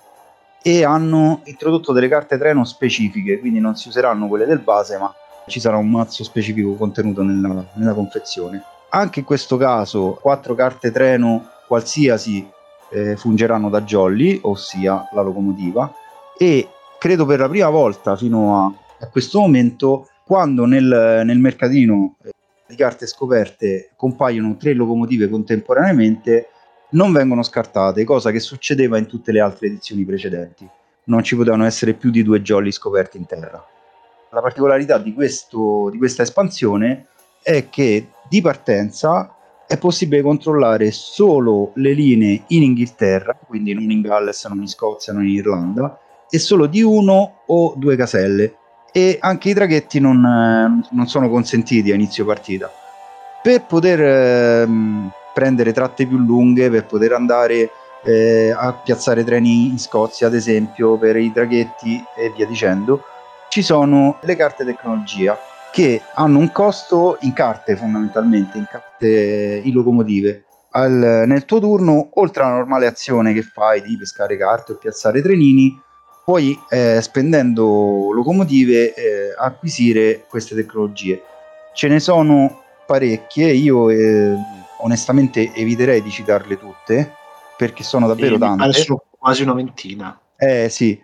e hanno introdotto delle carte treno specifiche, quindi non si useranno quelle del base, ma ci sarà un mazzo specifico contenuto nella, nella confezione. Anche in questo caso quattro carte treno qualsiasi eh, fungeranno da jolly, ossia la locomotiva, e credo per la prima volta fino a, a questo momento, quando nel, nel mercatino eh, di carte scoperte compaiono tre locomotive contemporaneamente, non vengono scartate, cosa che succedeva in tutte le altre edizioni precedenti. Non ci potevano essere più di due jolly scoperti in terra. La particolarità di, questo, di questa espansione è che di partenza è possibile controllare solo le linee in Inghilterra, quindi non in Galles, non in Scozia, non in Irlanda, e solo di uno o due caselle, e anche i traghetti non, non sono consentiti a inizio partita. Per poter ehm, prendere tratte più lunghe, per poter andare eh, a piazzare treni in Scozia, ad esempio, per i traghetti e via dicendo, ci sono le carte tecnologia che hanno un costo in carte, fondamentalmente in carte in locomotive. Al, nel tuo turno, oltre alla normale azione che fai di pescare carte o piazzare trenini, puoi eh, spendendo locomotive eh, acquisire queste tecnologie. Ce ne sono parecchie, io eh, onestamente eviterei di citarle tutte perché sono davvero E mi pare tante. sono quasi una ventina. Eh sì,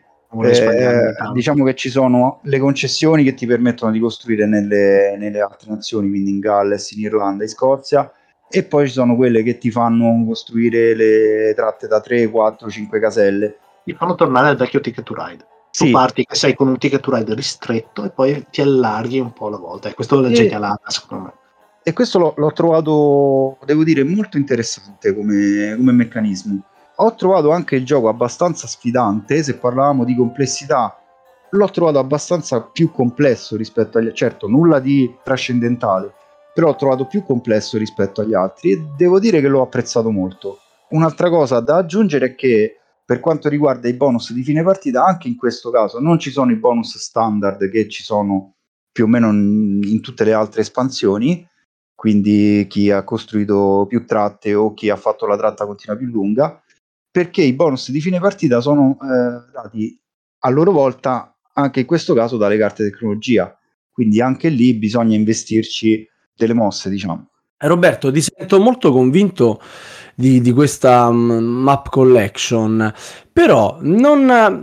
Eh, diciamo che ci sono le concessioni che ti permettono di costruire nelle, nelle altre nazioni, quindi in Galles, in Irlanda, in Scozia, e poi ci sono quelle che ti fanno costruire le tratte da tre, quattro, cinque caselle. Ti fanno tornare al vecchio Ticket to Ride. Tu Sì. parti che sei con un Ticket to Ride ristretto e poi ti allarghi un po' alla volta, e questo è la E- genialata, secondo me. E questo l'ho, l'ho trovato, devo dire, molto interessante come, come meccanismo. Ho trovato anche il gioco abbastanza sfidante. Se parlavamo di complessità, l'ho trovato abbastanza più complesso rispetto agli altri. Certo, nulla di trascendentale, però l'ho trovato più complesso rispetto agli altri e devo dire che l'ho apprezzato molto. Un'altra cosa da aggiungere è che per quanto riguarda i bonus di fine partita, anche in questo caso non ci sono i bonus standard che ci sono più o meno in, in tutte le altre espansioni, quindi chi ha costruito più tratte o chi ha fatto la tratta continua più lunga, perché i bonus di fine partita sono eh, dati a loro volta anche in questo caso dalle carte tecnologia, quindi anche lì bisogna investirci delle mosse, diciamo. Eh, Roberto, ti sento molto convinto di, di questa mm, map collection, però non,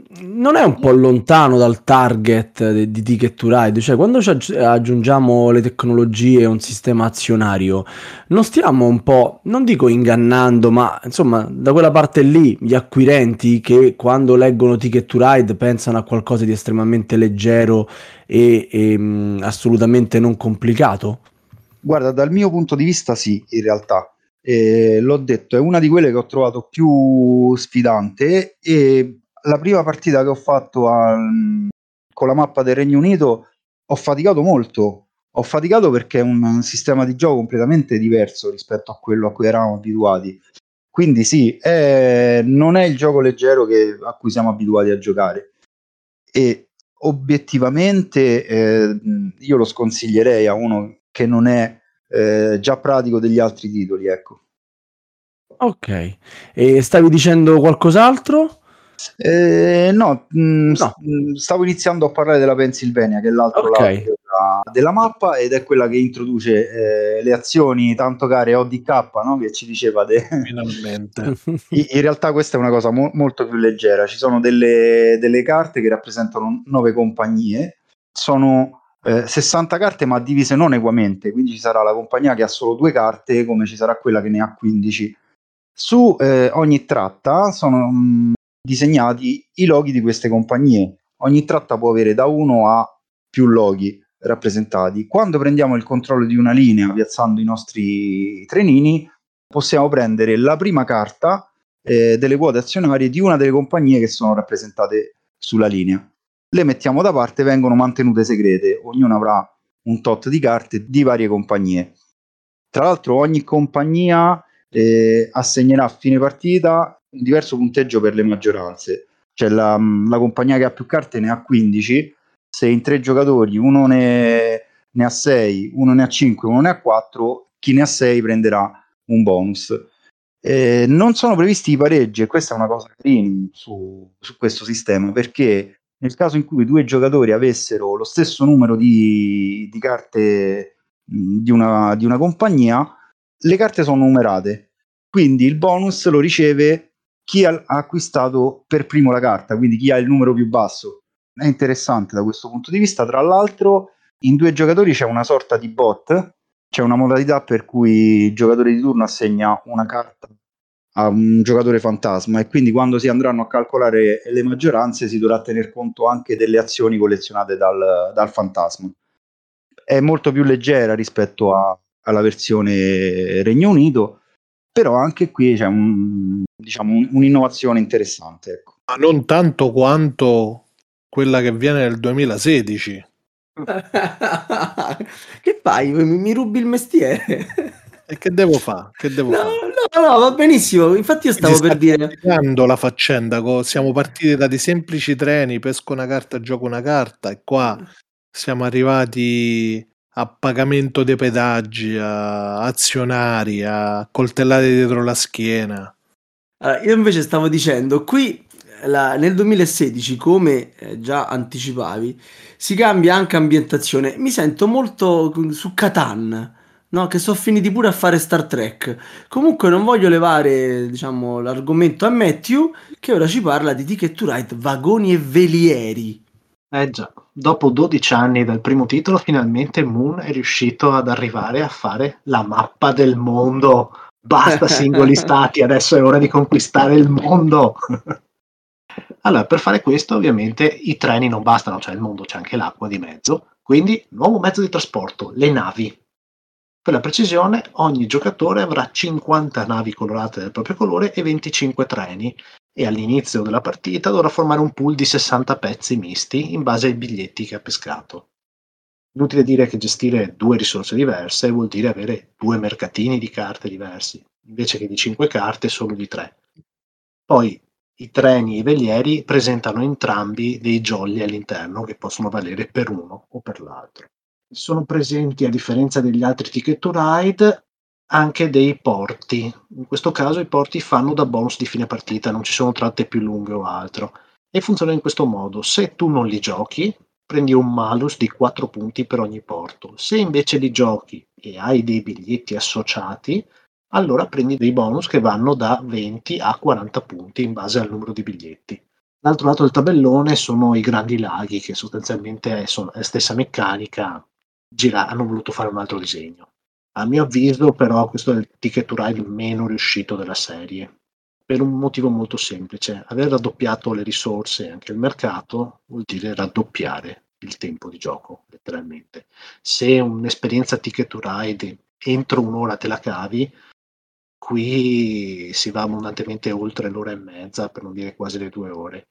non è un po' lontano dal target di, di Ticket to Ride? Cioè, quando ci aggi- aggiungiamo le tecnologie e un sistema azionario, non stiamo un po', non dico ingannando, ma insomma, da quella parte lì, gli acquirenti che quando leggono Ticket to Ride pensano a qualcosa di estremamente leggero e, e, mh, assolutamente non complicato? Guarda, dal mio punto di vista sì, in realtà. Eh, l'ho detto, è una di quelle che ho trovato più sfidante e la prima partita che ho fatto al- con la mappa del Regno Unito ho faticato molto. Ho faticato perché è un sistema di gioco completamente diverso rispetto a quello a cui eravamo abituati. Quindi sì, è- non è il gioco leggero che- a cui siamo abituati a giocare. E obiettivamente eh, io lo sconsiglierei a uno che non è eh, già pratico degli altri titoli, ecco. Ok, e stavi dicendo qualcos'altro? Eh, no, mh, s- No, mh, stavo iniziando a parlare della Pennsylvania, che è l'altro ok. lato della, della mappa ed è quella che introduce eh, le azioni tanto care O D K, no? Che ci diceva de- Finalmente. I- In realtà questa è una cosa mo- molto più leggera, ci sono delle, delle carte che rappresentano nove compagnie, sono eh, sessanta carte ma divise non equamente, quindi ci sarà la compagnia che ha solo due carte come ci sarà quella che ne ha quindici. Su eh, ogni tratta sono mh, disegnati i loghi di queste compagnie, ogni tratta può avere da uno a più loghi rappresentati. Quando prendiamo il controllo di una linea piazzando i nostri trenini, possiamo prendere la prima carta eh, delle quote azionarie di una delle compagnie che sono rappresentate sulla linea. Le mettiamo da parte, vengono mantenute segrete, ognuno avrà un tot di carte di varie compagnie. Tra l'altro ogni compagnia eh, assegnerà a fine partita un diverso punteggio per le maggioranze. Cioè la, la compagnia che ha più carte ne ha quindici, se in tre giocatori uno ne, ne ha sei, uno ne ha cinque, uno ne ha quattro, chi ne ha sei prenderà un bonus. Eh, non sono previsti i pareggi e questa è una cosa carina su, su questo sistema perché nel caso in cui due giocatori avessero lo stesso numero di, di carte mh, di una, di una compagnia, le carte sono numerate, quindi il bonus lo riceve chi ha, ha acquistato per primo la carta, quindi chi ha il numero più basso. È interessante da questo punto di vista. Tra l'altro, in due giocatori c'è una sorta di bot, c'è una modalità per cui il giocatore di turno assegna una carta a un giocatore fantasma e quindi quando si andranno a calcolare le maggioranze si dovrà tener conto anche delle azioni collezionate dal, dal fantasma. È molto più leggera rispetto a, alla versione Regno Unito, però anche qui c'è un, diciamo, un, un'innovazione interessante. Ecco. Ma non tanto quanto quella che viene nel duemilasedici. Che fai? Mi, mi rubi il mestiere? E che devo fare? Che devo No, fare? no, no, va benissimo. Infatti io Si stavo sta per dire... complicando la faccenda. co- Siamo partiti da dei semplici treni, pesco una carta, gioco una carta, e qua siamo arrivati a pagamento dei pedaggi, a azionari, a coltellate dietro la schiena. Allora, io invece stavo dicendo, qui la- nel duemilasedici, come eh, già anticipavi, si cambia anche ambientazione. Mi sento molto con- su Catan, no? Che sono finiti pure a fare Star Trek. Comunque non voglio levare, diciamo, l'argomento a Matthew, che ora ci parla di Ticket to Ride, vagoni e velieri. Eh già, dopo dodici anni dal primo titolo, finalmente Moon è riuscito ad arrivare a fare la mappa del mondo. Basta singoli stati, adesso è ora di conquistare il mondo. Allora, per fare questo, ovviamente, i treni non bastano, cioè il mondo c'è anche l'acqua di mezzo, quindi nuovo mezzo di trasporto, le navi. Per la precisione, ogni giocatore avrà cinquanta navi colorate del proprio colore e venticinque treni, e all'inizio della partita dovrà formare un pool di sessanta pezzi misti in base ai biglietti che ha pescato. Inutile dire che gestire due risorse diverse vuol dire avere due mercatini di carte diversi, invece che di cinque carte solo di tre. Poi i treni e i velieri presentano entrambi dei jolly all'interno che possono valere per uno o per l'altro. Sono presenti, a differenza degli altri Ticket to Ride, anche dei porti. In questo caso i porti fanno da bonus di fine partita, non ci sono tratte più lunghe o altro. E funziona in questo modo: se tu non li giochi, prendi un malus di quattro punti per ogni porto. Se invece li giochi e hai dei biglietti associati, allora prendi dei bonus che vanno da venti a quaranta punti in base al numero di biglietti. L'altro lato del tabellone sono i grandi laghi, che sostanzialmente sono la stessa meccanica, gira- hanno voluto fare un altro disegno. A mio avviso, però, questo è il Ticket to Ride meno riuscito della serie, per un motivo molto semplice. Aver raddoppiato le risorse e anche il mercato vuol dire raddoppiare il tempo di gioco, letteralmente. Se un'esperienza Ticket to Ride entro un'ora te la cavi, qui si va abbondantemente oltre l'ora e mezza, per non dire quasi le due ore.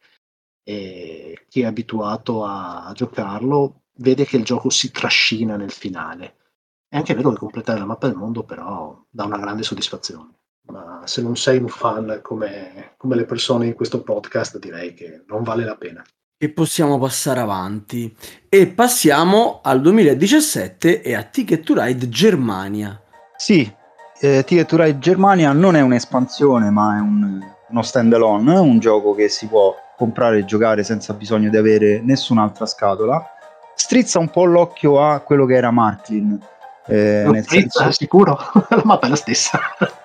E chi è abituato a, a giocarlo vede che il gioco si trascina nel finale. È anche vero che completare la mappa del mondo però dà una grande soddisfazione. Ma se non sei un fan come, come le persone in questo podcast, direi che non vale la pena. E possiamo passare avanti. E passiamo al duemiladiciassette e a Ticket to Ride Germania. Sì, eh, Ticket to Ride Germania non è un'espansione, ma è un, uno stand-alone, un gioco che si può comprare e giocare senza bisogno di avere nessun'altra scatola. Strizza un po' l'occhio a quello che era Marklin. Eh, Lo nel strizza, senso... sicuro? La mappa è la stessa.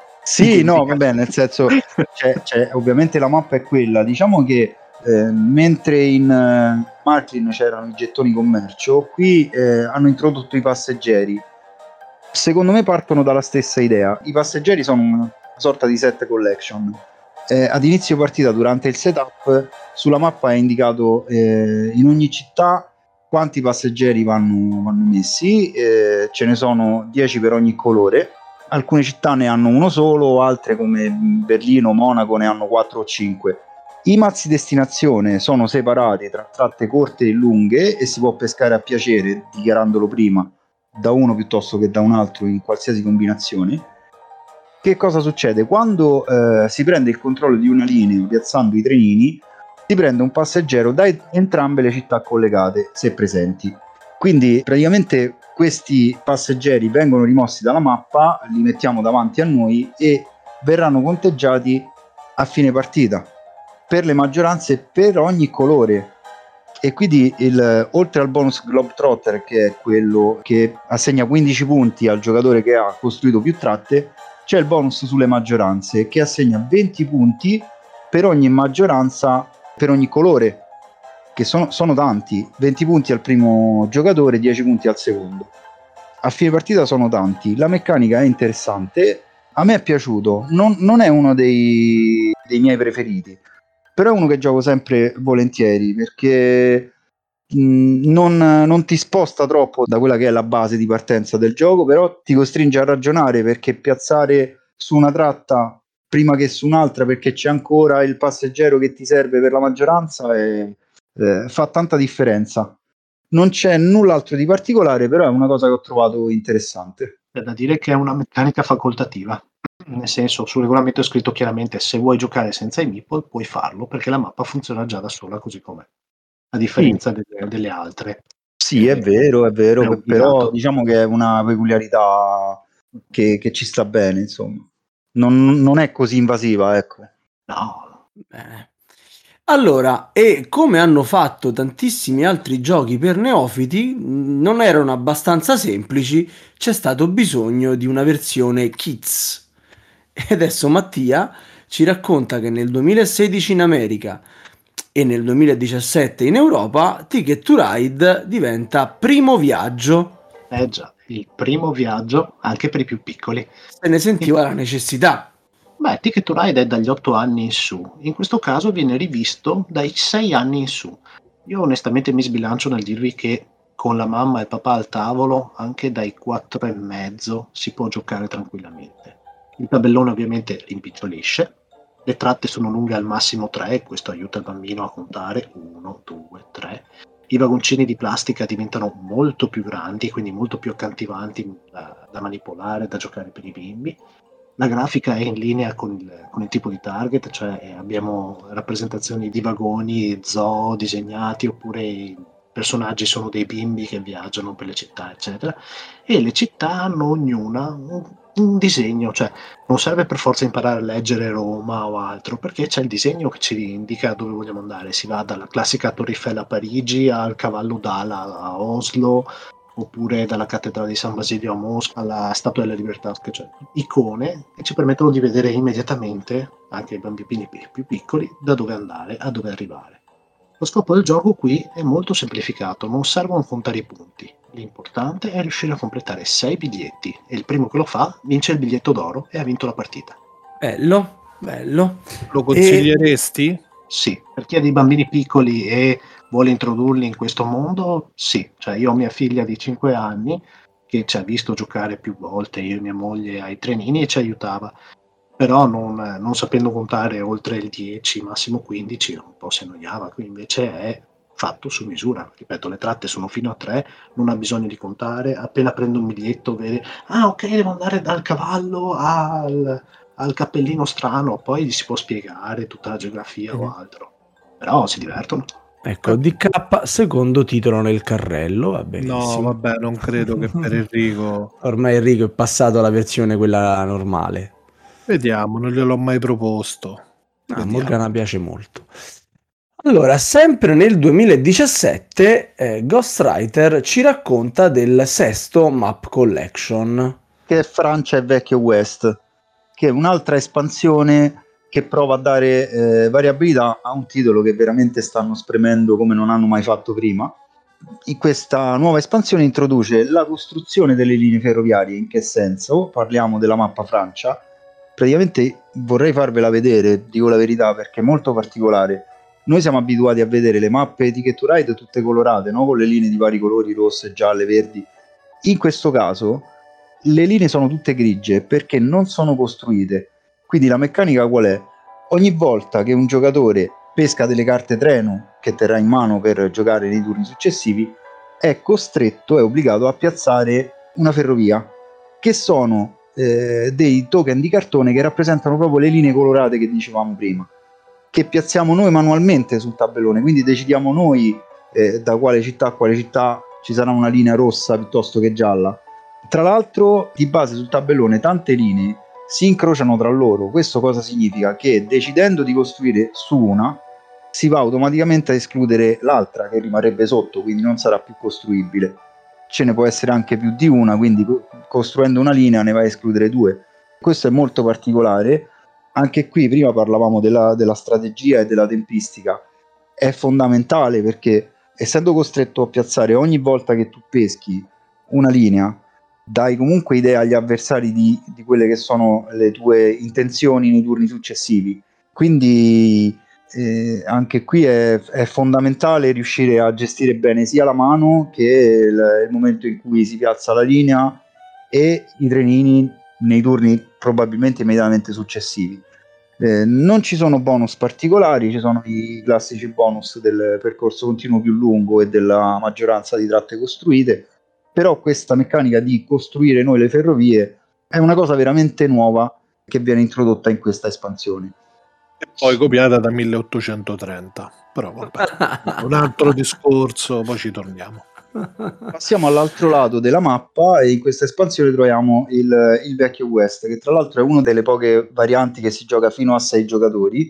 Sì, no, vabbè, nel senso, c'è, c'è, ovviamente la mappa è quella. Diciamo che eh, mentre in uh, Martin c'erano i gettoni commercio, qui eh, hanno introdotto i passeggeri. Secondo me partono dalla stessa idea. I passeggeri sono una sorta di set collection. Eh, ad inizio partita, durante il setup, sulla mappa è indicato eh, in ogni città quanti passeggeri vanno, vanno messi. Eh, ce ne sono dieci per ogni colore. Alcune città ne hanno uno solo, altre come Berlino, Monaco ne hanno quattro o cinque. I mazzi destinazione sono separati tra tratte corte e lunghe e si può pescare a piacere, dichiarandolo prima, da uno piuttosto che da un altro in qualsiasi combinazione. Che cosa succede? Quando eh, si prende il controllo di una linea piazzando i trenini, si prende un passeggero da entrambe le città collegate, se presenti. Quindi praticamente questi passeggeri vengono rimossi dalla mappa, li mettiamo davanti a noi e verranno conteggiati a fine partita per le maggioranze per ogni colore. E quindi il, oltre al bonus Globetrotter, che è quello che assegna quindici punti al giocatore che ha costruito più tratte, c'è il bonus sulle maggioranze che assegna venti punti per ogni maggioranza, per ogni colore, che sono, sono tanti. Venti punti al primo giocatore, dieci punti al secondo. A fine partita sono tanti. La meccanica è interessante, a me è piaciuto, non, non è uno dei, dei miei preferiti, però è uno che gioco sempre volentieri, perché mh, non, non ti sposta troppo da quella che è la base di partenza del gioco, però ti costringe a ragionare, perché piazzare su una tratta prima che su un'altra, perché c'è ancora il passeggero che ti serve per la maggioranza, è, eh, fa tanta differenza. Non c'è null'altro di particolare, però è una cosa che ho trovato interessante. C'è da dire che è una meccanica facoltativa, nel senso, sul regolamento è scritto chiaramente: se vuoi giocare senza i meeple puoi farlo, perché la mappa funziona già da sola così com'è, a differenza Sì. delle, delle altre. Sì, è Eh, vero, è vero, è pe- obbligato. però diciamo che è una peculiarità che, che ci sta bene, insomma. Non, non è così invasiva, ecco. No, Bene. Allora, e come hanno fatto tantissimi altri giochi per neofiti, mh, non erano abbastanza semplici, c'è stato bisogno di una versione Kids. E adesso Mattia ci racconta che nel duemilasedici in America e nel duemiladiciassette in Europa Ticket to Ride diventa primo viaggio. è già il primo viaggio anche per i più piccoli. Se ne sentiva la necessità. Beh, Ticket to Ride è dagli otto anni in su, in questo caso viene rivisto dai sei anni in su. Io onestamente mi sbilancio nel dirvi che con la mamma e il papà al tavolo anche dai quattro e mezzo si può giocare tranquillamente. Il tabellone ovviamente rimpicciolisce, le tratte sono lunghe al massimo tre, questo aiuta il bambino a contare uno, due, tre. I vagoncini di plastica diventano molto più grandi, quindi molto più accattivanti da, da manipolare, da giocare per i bimbi. La grafica è in linea con il, con il tipo di target, cioè abbiamo rappresentazioni di vagoni, zoo disegnati, oppure i personaggi sono dei bimbi che viaggiano per le città, eccetera. E le città hanno ognuna un, un disegno, cioè non serve per forza imparare a leggere Roma o altro, perché c'è il disegno che ci indica dove vogliamo andare. Si va dalla classica Torre Eiffel a Parigi al Cavallo d'Ala a Oslo, oppure dalla cattedrale di San Basilio a Mosca alla Statua della Libertà, cioè icone che ci permettono di vedere immediatamente, anche ai bambini più piccoli, da dove andare, a dove arrivare. Lo scopo del gioco qui è molto semplificato, non servono contare i punti. L'importante è riuscire a completare sei biglietti e il primo che lo fa vince il biglietto d'oro e ha vinto la partita. Bello, bello. Lo consiglieresti? E... Sì, per chi ha dei bambini piccoli e vuole introdurli in questo mondo, sì. Cioè, io ho mia figlia di cinque anni che ci ha visto giocare più volte, io e mia moglie, ai trenini e ci aiutava. Però non, non sapendo contare oltre il dieci, massimo quindici, un po' si annoiava. Qui invece è fatto su misura. Ripeto, le tratte sono fino a tre, non ha bisogno di contare. Appena prendo un biglietto vede, ah ok, devo andare dal cavallo al... al cappellino strano, poi gli si può spiegare tutta la geografia mm-hmm. o altro, però si divertono. Ecco, D K secondo titolo nel carrello, va benissimo. No, vabbè, non credo che per Enrico... Ormai Enrico è passato alla versione quella normale. Vediamo, non gliel'ho mai proposto. Ah, Morgana piace molto. Allora, sempre nel duemiladiciassette eh, Ghostwriter ci racconta del sesto Map Collection. Che è Francia e Vecchio West, che è un'altra espansione che prova a dare eh, variabilità a un titolo che veramente stanno spremendo come non hanno mai fatto prima. In questa nuova espansione introduce la costruzione delle linee ferroviarie. In che senso? Parliamo della mappa Francia. Praticamente vorrei farvela vedere, dico la verità, perché è molto particolare. Noi siamo abituati a vedere le mappe Ticket to Ride tutte colorate, no? Con le linee di vari colori, rosse, gialle, verdi. In questo caso le linee sono tutte grigie perché non sono costruite. Quindi la meccanica qual è? Ogni volta che un giocatore pesca delle carte treno che terrà in mano per giocare nei turni successivi, è costretto, è obbligato a piazzare una ferrovia, che sono eh, dei token di cartone che rappresentano proprio le linee colorate che dicevamo prima, che piazziamo noi manualmente sul tabellone. Quindi decidiamo noi eh, da quale città a quale città ci sarà una linea rossa piuttosto che gialla. Tra l'altro, di base sul tabellone tante linee si incrociano tra loro. Questo cosa significa? Che decidendo di costruire su una si va automaticamente a escludere l'altra che rimarrebbe sotto, quindi non sarà più costruibile. Ce ne può essere anche più di una, quindi costruendo una linea ne va a escludere due. Questo è molto particolare. Anche qui prima parlavamo della, della strategia e della tempistica. È fondamentale perché essendo costretto a piazzare ogni volta che tu peschi una linea, dai comunque idea agli avversari di, di quelle che sono le tue intenzioni nei turni successivi. Quindi eh, anche qui è, è fondamentale riuscire a gestire bene sia la mano che il, il momento in cui si piazza la linea e i trenini nei turni probabilmente immediatamente successivi. Eh, non ci sono bonus particolari, ci sono i classici bonus del percorso continuo più lungo e della maggioranza di tratte costruite. Però questa meccanica di costruire noi le ferrovie è una cosa veramente nuova che viene introdotta in questa espansione. E poi copiata da milleottocentotrenta. Però vabbè, un altro discorso, poi ci torniamo. Passiamo all'altro lato della mappa e in questa espansione troviamo il, il Vecchio West, che tra l'altro è una delle poche varianti che si gioca fino a sei giocatori.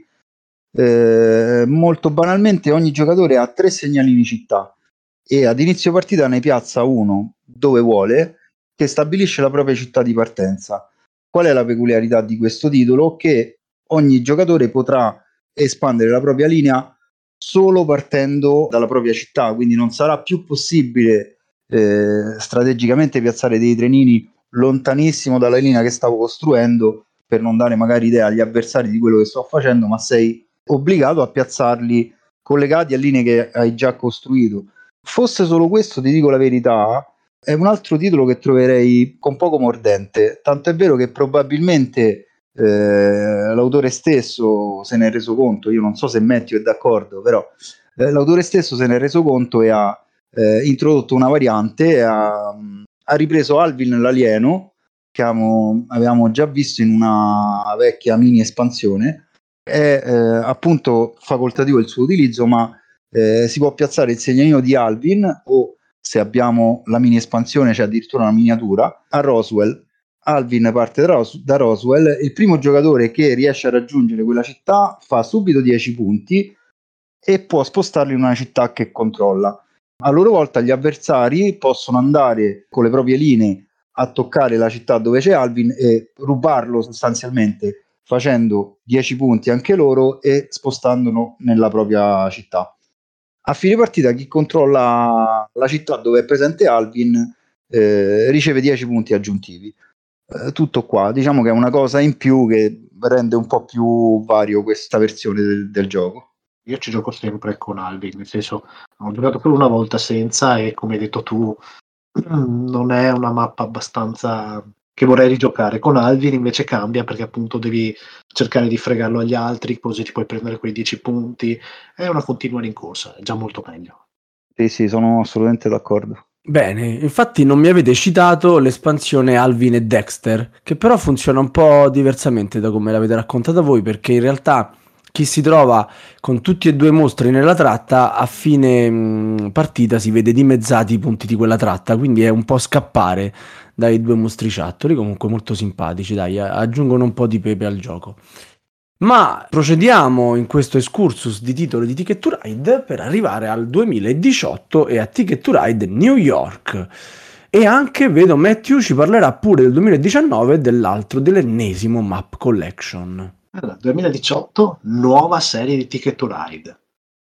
Eh, molto banalmente ogni giocatore ha tre segnalini città e ad inizio partita ne piazza uno dove vuole, che stabilisce la propria città di partenza. Qual è la peculiarità di questo titolo? Che ogni giocatore potrà espandere la propria linea solo partendo dalla propria città, quindi non sarà più possibile eh, strategicamente piazzare dei trenini lontanissimo dalla linea che stavo costruendo per non dare magari idea agli avversari di quello che sto facendo, ma sei obbligato a piazzarli collegati a linee che hai già costruito. Fosse solo questo, ti dico la verità, è un altro titolo che troverei con poco mordente, tanto è vero che probabilmente eh, l'autore stesso se ne è reso conto. Io non so se Matthew è d'accordo, però eh, l'autore stesso se ne è reso conto e ha eh, introdotto una variante, ha, ha ripreso Alvin l'alieno che avevamo, avevamo già visto in una vecchia mini espansione. È eh, appunto facoltativo il suo utilizzo, ma eh, si può piazzare il segnalino di Alvin o, se abbiamo la mini espansione, c'è addirittura una miniatura a Roswell. Alvin parte da, Ros- da Roswell, il primo giocatore che riesce a raggiungere quella città fa subito dieci punti e può spostarli in una città che controlla. A loro volta gli avversari possono andare con le proprie linee a toccare la città dove c'è Alvin e rubarlo sostanzialmente, facendo dieci punti anche loro e spostandolo nella propria città. A fine partita chi controlla la città dove è presente Alvin eh, riceve dieci punti aggiuntivi. Eh, tutto qua, diciamo che è una cosa in più che rende un po' più vario questa versione del, del gioco. Io ci gioco sempre con Alvin, nel senso, ho giocato solo una volta senza e come hai detto tu non è una mappa abbastanza che vorrei rigiocare. Con Alvin invece cambia perché appunto devi cercare di fregarlo agli altri, così ti puoi prendere quei dieci punti, è una continua rincorsa, è già molto meglio. Sì, sì, sono assolutamente d'accordo. Bene, infatti non mi avete citato l'espansione Alvin e Dexter, che però funziona un po' diversamente da come l'avete raccontata voi, perché in realtà chi si trova con tutti e due i mostri nella tratta a fine mh, partita si vede dimezzati i punti di quella tratta, quindi è un po' scappare dai due mostriciattoli, comunque molto simpatici, dai, a- aggiungono un po' di pepe al gioco. Ma procediamo in questo excursus di titoli di Ticket to Ride per arrivare al duemiladiciotto e a Ticket to Ride New York. E anche, vedo, Matthew ci parlerà pure del duemiladiciannove e dell'altro, dell'ennesimo Map Collection. Allora, duemiladiciotto, nuova serie di Ticket to Ride.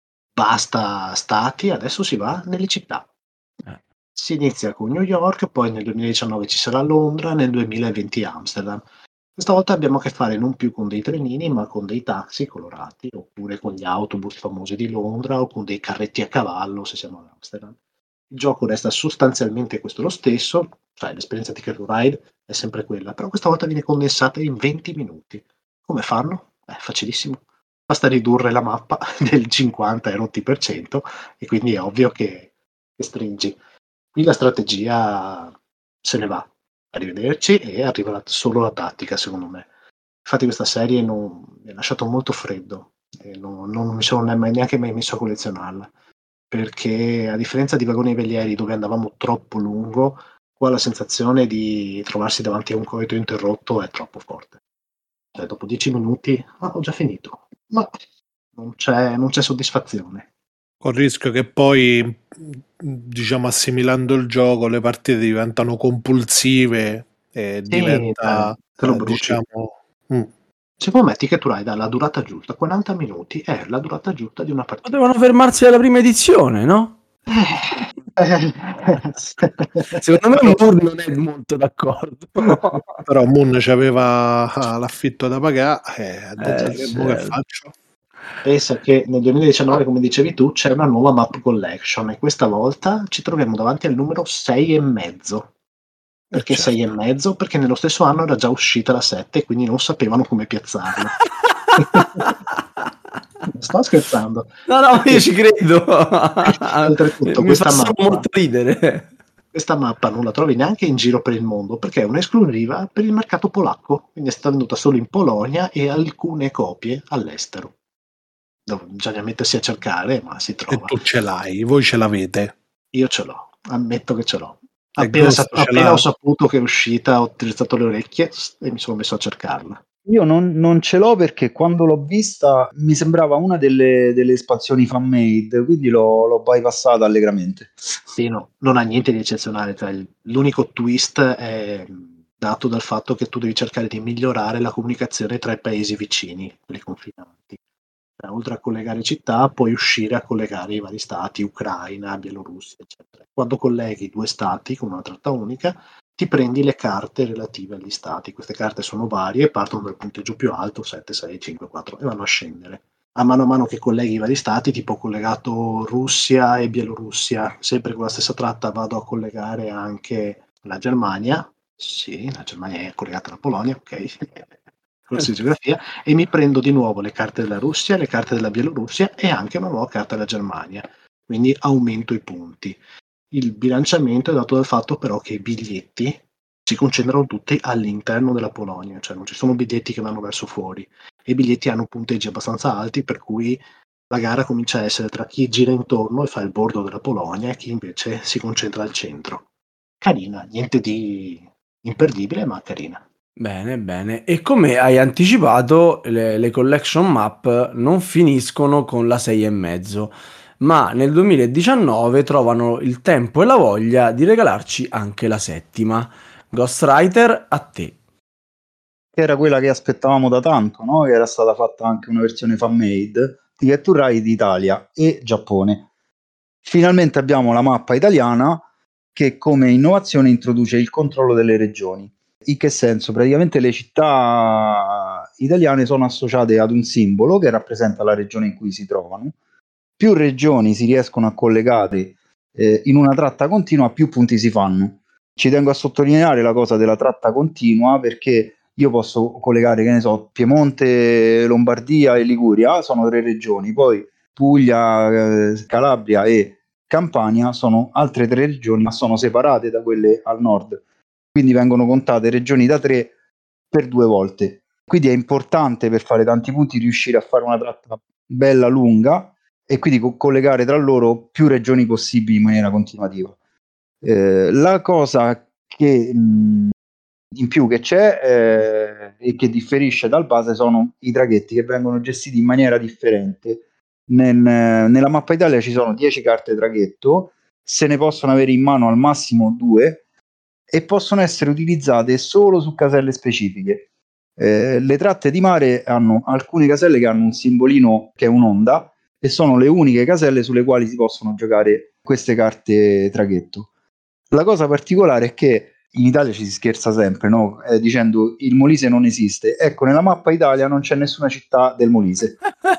Basta stati, adesso si va nelle città. Eh. Si inizia con New York, poi nel duemiladiciannove ci sarà Londra, nel duemilaventi Amsterdam. Questa volta abbiamo a che fare non più con dei trenini, ma con dei taxi colorati, oppure con gli autobus famosi di Londra, o con dei carretti a cavallo, se siamo ad Amsterdam. Il gioco resta sostanzialmente questo lo stesso, cioè l'esperienza Ticket to Ride è sempre quella, però questa volta viene condensata in venti minuti. Come fanno? È facilissimo. Basta ridurre la mappa del cinquanta e rotti per cento e quindi è ovvio che, che stringi. Qui la strategia se ne va. Arrivederci e arriva la, solo la tattica, secondo me. Infatti questa serie non, mi ha lasciato molto freddo e non, non mi sono mai, neanche mai messo a collezionarla, perché a differenza di Vagoni e Velieri dove andavamo troppo lungo, qua la sensazione di trovarsi davanti a un coito interrotto è troppo forte. Cioè, dopo dieci minuti ah, ho già finito, ma non c'è, non c'è soddisfazione. Con il rischio che poi, diciamo, assimilando il gioco, le partite diventano compulsive e Sì, diventa, eh, te lo eh, bruci. diciamo... mm. Secondo me Ticket to Ride ha la durata giusta, quaranta minuti è la durata giusta di una partita. Potevano fermarsi alla prima edizione, no? Secondo me Moore non è molto d'accordo. Però Moon c'aveva l'affitto da pagare e ha detto Eh, che, mo che certo. faccio? Pensa che nel duemiladiciannove, come dicevi tu, c'è una nuova map collection e questa volta ci troviamo davanti al numero sei e mezzo. Perché Eh, certo. sei e mezzo? Perché nello stesso anno era già uscita la sette e quindi non sapevano come piazzarla. Sto scherzando. No, no, io ci credo. Oltretutto, Mi questa fa solo mappa, molto ridere. questa mappa non la trovi neanche in giro per il mondo perché è un'esclusiva per il mercato polacco, quindi è stata venduta solo in Polonia e alcune copie all'estero. Dove bisogna mettersi a cercare, ma si E trova. tu ce l'hai, voi ce l'avete. Io ce l'ho, ammetto che ce l'ho. E Appena, Ghost sap- ce appena l'ha? ho saputo che è uscita, ho utilizzato le orecchie e mi sono messo a cercarla. Io non, non ce l'ho perché quando l'ho vista mi sembrava una delle, delle espansioni fan-made, quindi l'ho, l'ho bypassata allegramente. Sì, no, non ha niente di eccezionale, cioè il- l'unico twist è dato dal fatto che tu devi cercare di migliorare la comunicazione tra i paesi vicini, quelli confinanti. Cioè, oltre a collegare città, puoi uscire a collegare i vari stati, Ucraina, Bielorussia, eccetera. Quando colleghi due stati con una tratta unica, ti prendi le carte relative agli stati. Queste carte sono varie, partono dal punteggio più alto, sette, sei, cinque, quattro, e vanno a scendere. A mano a mano che colleghi i vari stati, tipo ho collegato Russia e Bielorussia, sempre con la stessa tratta vado a collegare anche la Germania. Sì, la Germania è collegata alla Polonia, ok. Corso di geografia, e mi prendo di nuovo le carte della Russia, le carte della Bielorussia e anche una nuova carta della Germania. Quindi aumento i punti. Il bilanciamento è dato dal fatto però che i biglietti si concentrano tutti all'interno della Polonia, cioè non ci sono biglietti che vanno verso fuori. E i biglietti hanno punteggi abbastanza alti, per cui la gara comincia a essere tra chi gira intorno e fa il bordo della Polonia e chi invece si concentra al centro. Carina, niente di imperdibile, ma carina. Bene, bene. E come hai anticipato, le, le collection map non finiscono con la sei e mezzo. ma nel duemiladiciannove trovano il tempo e la voglia di regalarci anche la settima. Ghostwriter, a te. Che era quella che aspettavamo da tanto, no? Che era stata fatta anche una versione fan-made, Ticket to Ride Italia e Giappone. Finalmente abbiamo la mappa italiana che come innovazione introduce il controllo delle regioni. In che senso? Praticamente le città italiane sono associate ad un simbolo che rappresenta la regione in cui si trovano. Più regioni si riescono a collegare eh, in una tratta continua, più punti si fanno. Ci tengo a sottolineare la cosa della tratta continua perché io posso collegare, che ne so, Piemonte, Lombardia e Liguria, sono tre regioni, poi Puglia, eh, Calabria e Campania sono altre tre regioni, ma sono separate da quelle al nord, quindi vengono contate regioni da tre per due volte. Quindi è importante per fare tanti punti riuscire a fare una tratta bella lunga e quindi co- collegare tra loro più regioni possibili in maniera continuativa. Eh, la cosa che mh, in più che c'è eh, e che differisce dal base sono i traghetti che vengono gestiti in maniera differente. Nel, nella mappa Italia ci sono dieci carte traghetto, se ne possono avere in mano al massimo due e possono essere utilizzate solo su caselle specifiche. Eh, le tratte di mare hanno alcune caselle che hanno un simbolino che è un'onda e sono le uniche caselle sulle quali si possono giocare queste carte traghetto. La cosa particolare è che in Italia ci si scherza sempre, no? Eh, dicendo il Molise non esiste. Ecco, nella mappa Italia non c'è nessuna città del Molise.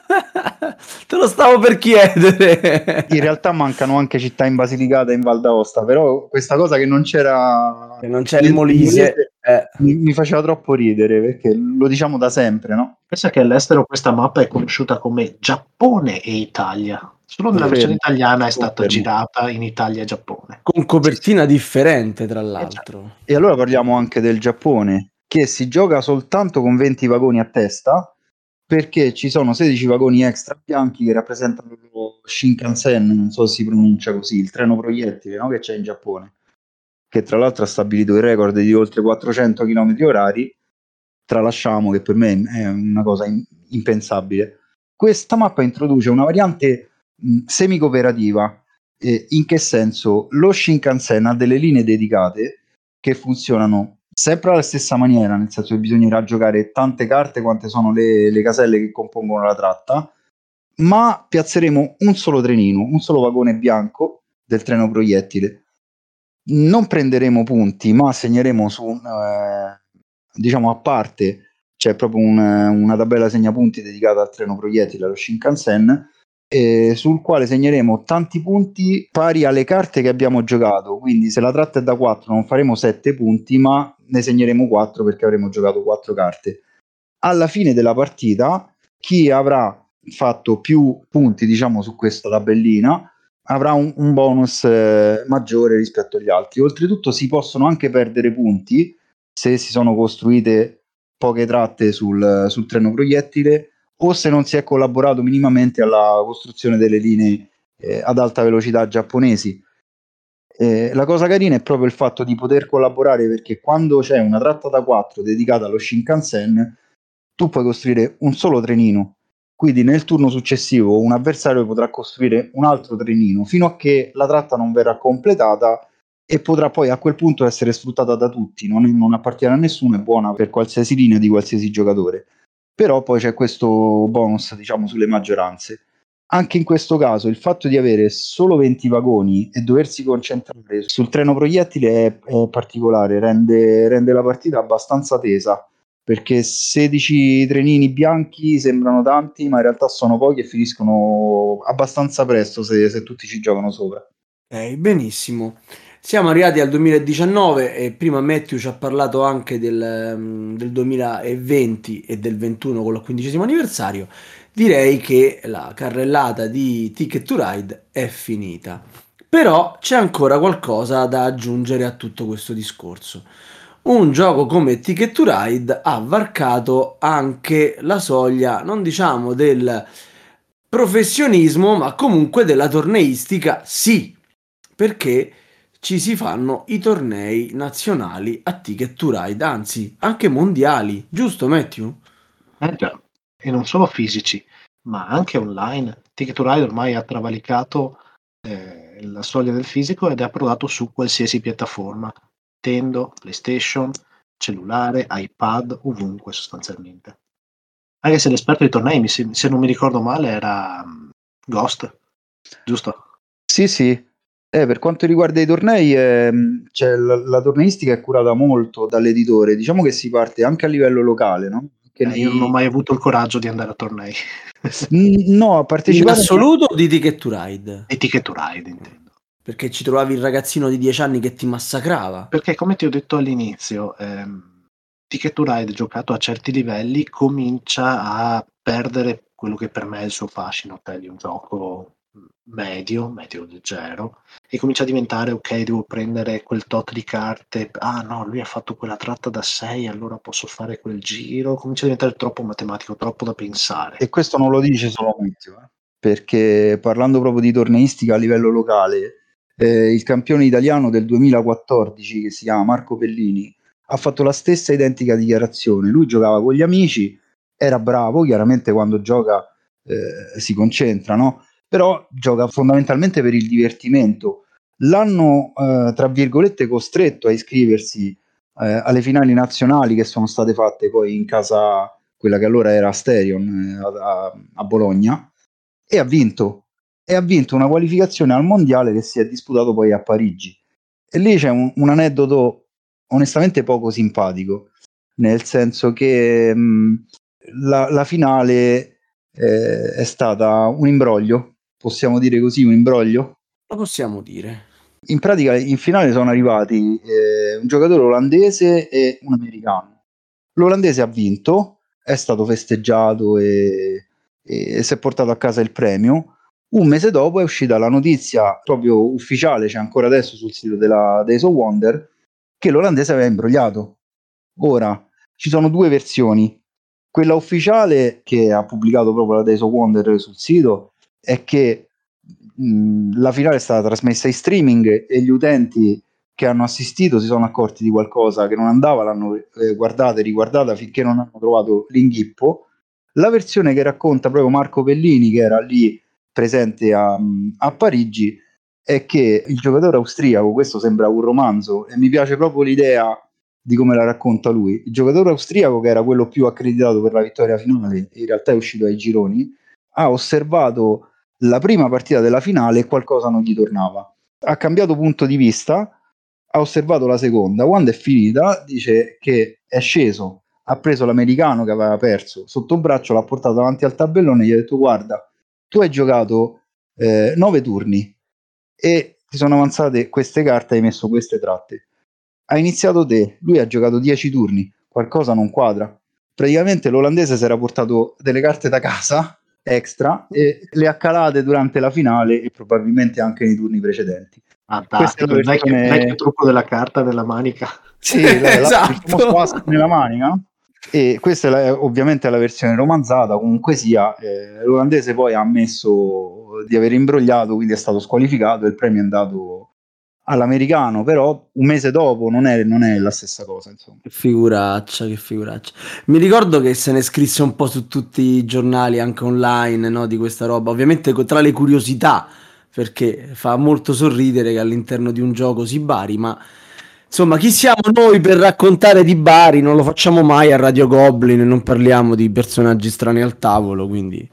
Te lo stavo per chiedere. In realtà mancano anche città in Basilicata e in Val d'Aosta, però questa cosa che non c'era, che non c'è il Molise, eh. mi, mi faceva troppo ridere perché lo diciamo da sempre, no? Pensa che all'estero questa mappa è conosciuta come Giappone e Italia. Solo nella versione italiana è stata girata in Italia e Giappone. Con copertina differente, tra l'altro. E allora parliamo anche del Giappone, che si gioca soltanto con venti vagoni a testa, perché ci sono sedici vagoni extra bianchi che rappresentano lo Shinkansen, non so se si pronuncia così, il treno proiettile, no? Che c'è in Giappone, che tra l'altro ha stabilito il record di oltre quattrocento chilometri orari, tralasciamo che per me è una cosa in- impensabile. Questa mappa introduce una variante mh, semi-cooperativa. Eh, in che senso? Lo Shinkansen ha delle linee dedicate che funzionano sempre alla stessa maniera, nel senso che bisognerà giocare tante carte quante sono le, le caselle che compongono la tratta, ma piazzeremo un solo trenino, un solo vagone bianco del treno proiettile. Non prenderemo punti, ma segneremo su, eh, diciamo a parte, c'è proprio un, una tabella segnapunti dedicata al treno proiettile, allo Shinkansen, eh, sul quale segneremo tanti punti pari alle carte che abbiamo giocato. Quindi se la tratta è da quattro non faremo sette punti, ma ne segneremo quattro perché avremo giocato quattro carte. Alla fine della partita, chi avrà fatto più punti, diciamo, su questa tabellina avrà un, un bonus eh, maggiore rispetto agli altri. Oltretutto si possono anche perdere punti se si sono costruite poche tratte sul, sul treno proiettile o se non si è collaborato minimamente alla costruzione delle linee eh, ad alta velocità giapponesi. Eh, la cosa carina è proprio il fatto di poter collaborare, perché quando c'è una tratta da quattro dedicata allo Shinkansen tu puoi costruire un solo trenino, quindi nel turno successivo un avversario potrà costruire un altro trenino fino a che la tratta non verrà completata e potrà poi a quel punto essere sfruttata da tutti, non, non appartiene a nessuno, è buona per qualsiasi linea di qualsiasi giocatore. Però poi c'è questo bonus, diciamo, sulle maggioranze. Anche in questo caso il fatto di avere solo venti vagoni e doversi concentrare sul treno proiettile è, è particolare, rende, rende la partita abbastanza tesa, perché sedici trenini bianchi sembrano tanti, ma in realtà sono pochi e finiscono abbastanza presto se, se tutti ci giocano sopra. Ok, benissimo. Siamo arrivati al duemiladiciannove e prima Matthew ci ha parlato anche del, um, del duemilaventi e del ventuno con il quindicesimo anniversario. Direi che la carrellata di Ticket to Ride è finita. Però c'è ancora qualcosa da aggiungere a tutto questo discorso. Un gioco come Ticket to Ride ha varcato anche la soglia, non diciamo del professionismo, ma comunque della torneistica, sì, perché ci si fanno i tornei nazionali a Ticket to Ride, anzi anche mondiali, giusto Matthew? Eh già, e non solo fisici. ma anche online. Ticket to Ride ormai ha travalicato eh, la soglia del fisico ed è approdato su qualsiasi piattaforma, Nintendo, PlayStation, cellulare, iPad, ovunque sostanzialmente. Anche se l'esperto dei tornei, se, se non mi ricordo male, era um, Ghost, giusto? Sì, sì. Eh, per quanto riguarda i tornei, ehm, cioè, la, la torneistica è curata molto dall'editore. Diciamo che si parte anche a livello locale, no? Che Eh, io non ho nei- mai avuto il coraggio di andare a tornei. N- no, a In partecipare... assoluto o di Ticket to Ride? E Ticket to Ride, intendo. Perché ci trovavi il ragazzino di dieci anni che ti massacrava. Perché, come ti ho detto all'inizio, ehm, Ticket to Ride giocato a certi livelli comincia a perdere quello che per me è il suo fascino, cioè di un gioco medio, medio leggero, e comincia a diventare ok, devo prendere quel tot di carte, ah no, lui ha fatto quella tratta da sei, allora posso fare quel giro, comincia a diventare troppo matematico, troppo da pensare. E questo non lo dice solo Mizio, eh, perché parlando proprio di torneistica a livello locale, eh, il campione italiano del duemilaquattordici, che si chiama Marco Pellini, ha fatto la stessa identica dichiarazione. Lui giocava con gli amici, era bravo, chiaramente quando gioca eh, si concentra, no? Però gioca fondamentalmente per il divertimento. L'hanno, eh, tra virgolette, costretto a iscriversi eh, alle finali nazionali che sono state fatte poi in casa, quella che allora era Asterion, eh, a, a Bologna, e ha vinto. E ha vinto una qualificazione al mondiale che si è disputato poi a Parigi. E lì c'è un, un aneddoto onestamente poco simpatico, nel senso che mh, la, la finale eh, è stata un imbroglio, possiamo dire così, un imbroglio. Lo possiamo dire. In pratica in finale sono arrivati eh, un giocatore olandese e un americano. L'olandese ha vinto, è stato festeggiato e, e si è portato a casa il premio. Un mese dopo è uscita la notizia proprio ufficiale, c'è ancora adesso sul sito della Days of Wonder, che l'olandese aveva imbrogliato. Ora, ci sono due versioni. Quella ufficiale, che ha pubblicato proprio la Days of Wonder sul sito, è che mh, la finale è stata trasmessa in streaming e gli utenti che hanno assistito si sono accorti di qualcosa che non andava, l'hanno eh, guardata e riguardata finché non hanno trovato l'inghippo. La versione che racconta proprio Marco Pellini, che era lì presente a, a Parigi, è che il giocatore austriaco, questo sembra un romanzo e mi piace proprio l'idea di come la racconta lui, il giocatore austriaco, che era quello più accreditato per la vittoria finale, in realtà è uscito ai gironi, ha osservato la prima partita della finale e qualcosa non gli tornava. Ha cambiato punto di vista, ha osservato la seconda, quando è finita dice che è sceso, ha preso l'americano che aveva perso sotto braccio, l'ha portato davanti al tabellone e gli ha detto: guarda, tu hai giocato eh, nove turni e ti sono avanzate queste carte, hai messo queste tratte, hai iniziato te, lui ha giocato dieci turni, qualcosa non quadra. Praticamente l'olandese si era portato delle carte da casa extra e le ha calate durante la finale e probabilmente anche nei turni precedenti. Fantastico, il vecchio, versione... vecchio trucco della carta nella manica. Sì, la, la, esatto. il famoso asso nella manica, no? E questa è la, ovviamente la versione romanzata, comunque sia, eh, l'olandese poi ha ammesso di aver imbrogliato, quindi è stato squalificato e il premio è andato all'americano, però un mese dopo non è, non è la stessa cosa, insomma. Che figuraccia, che figuraccia. Mi ricordo che se ne scrisse un po' su tutti i giornali, anche online, no, di questa roba. Ovviamente co- tra le curiosità, perché fa molto sorridere che all'interno di un gioco si bari, ma insomma, chi siamo noi per raccontare di bari? Non lo facciamo mai a Radio Goblin e non parliamo di personaggi strani al tavolo, quindi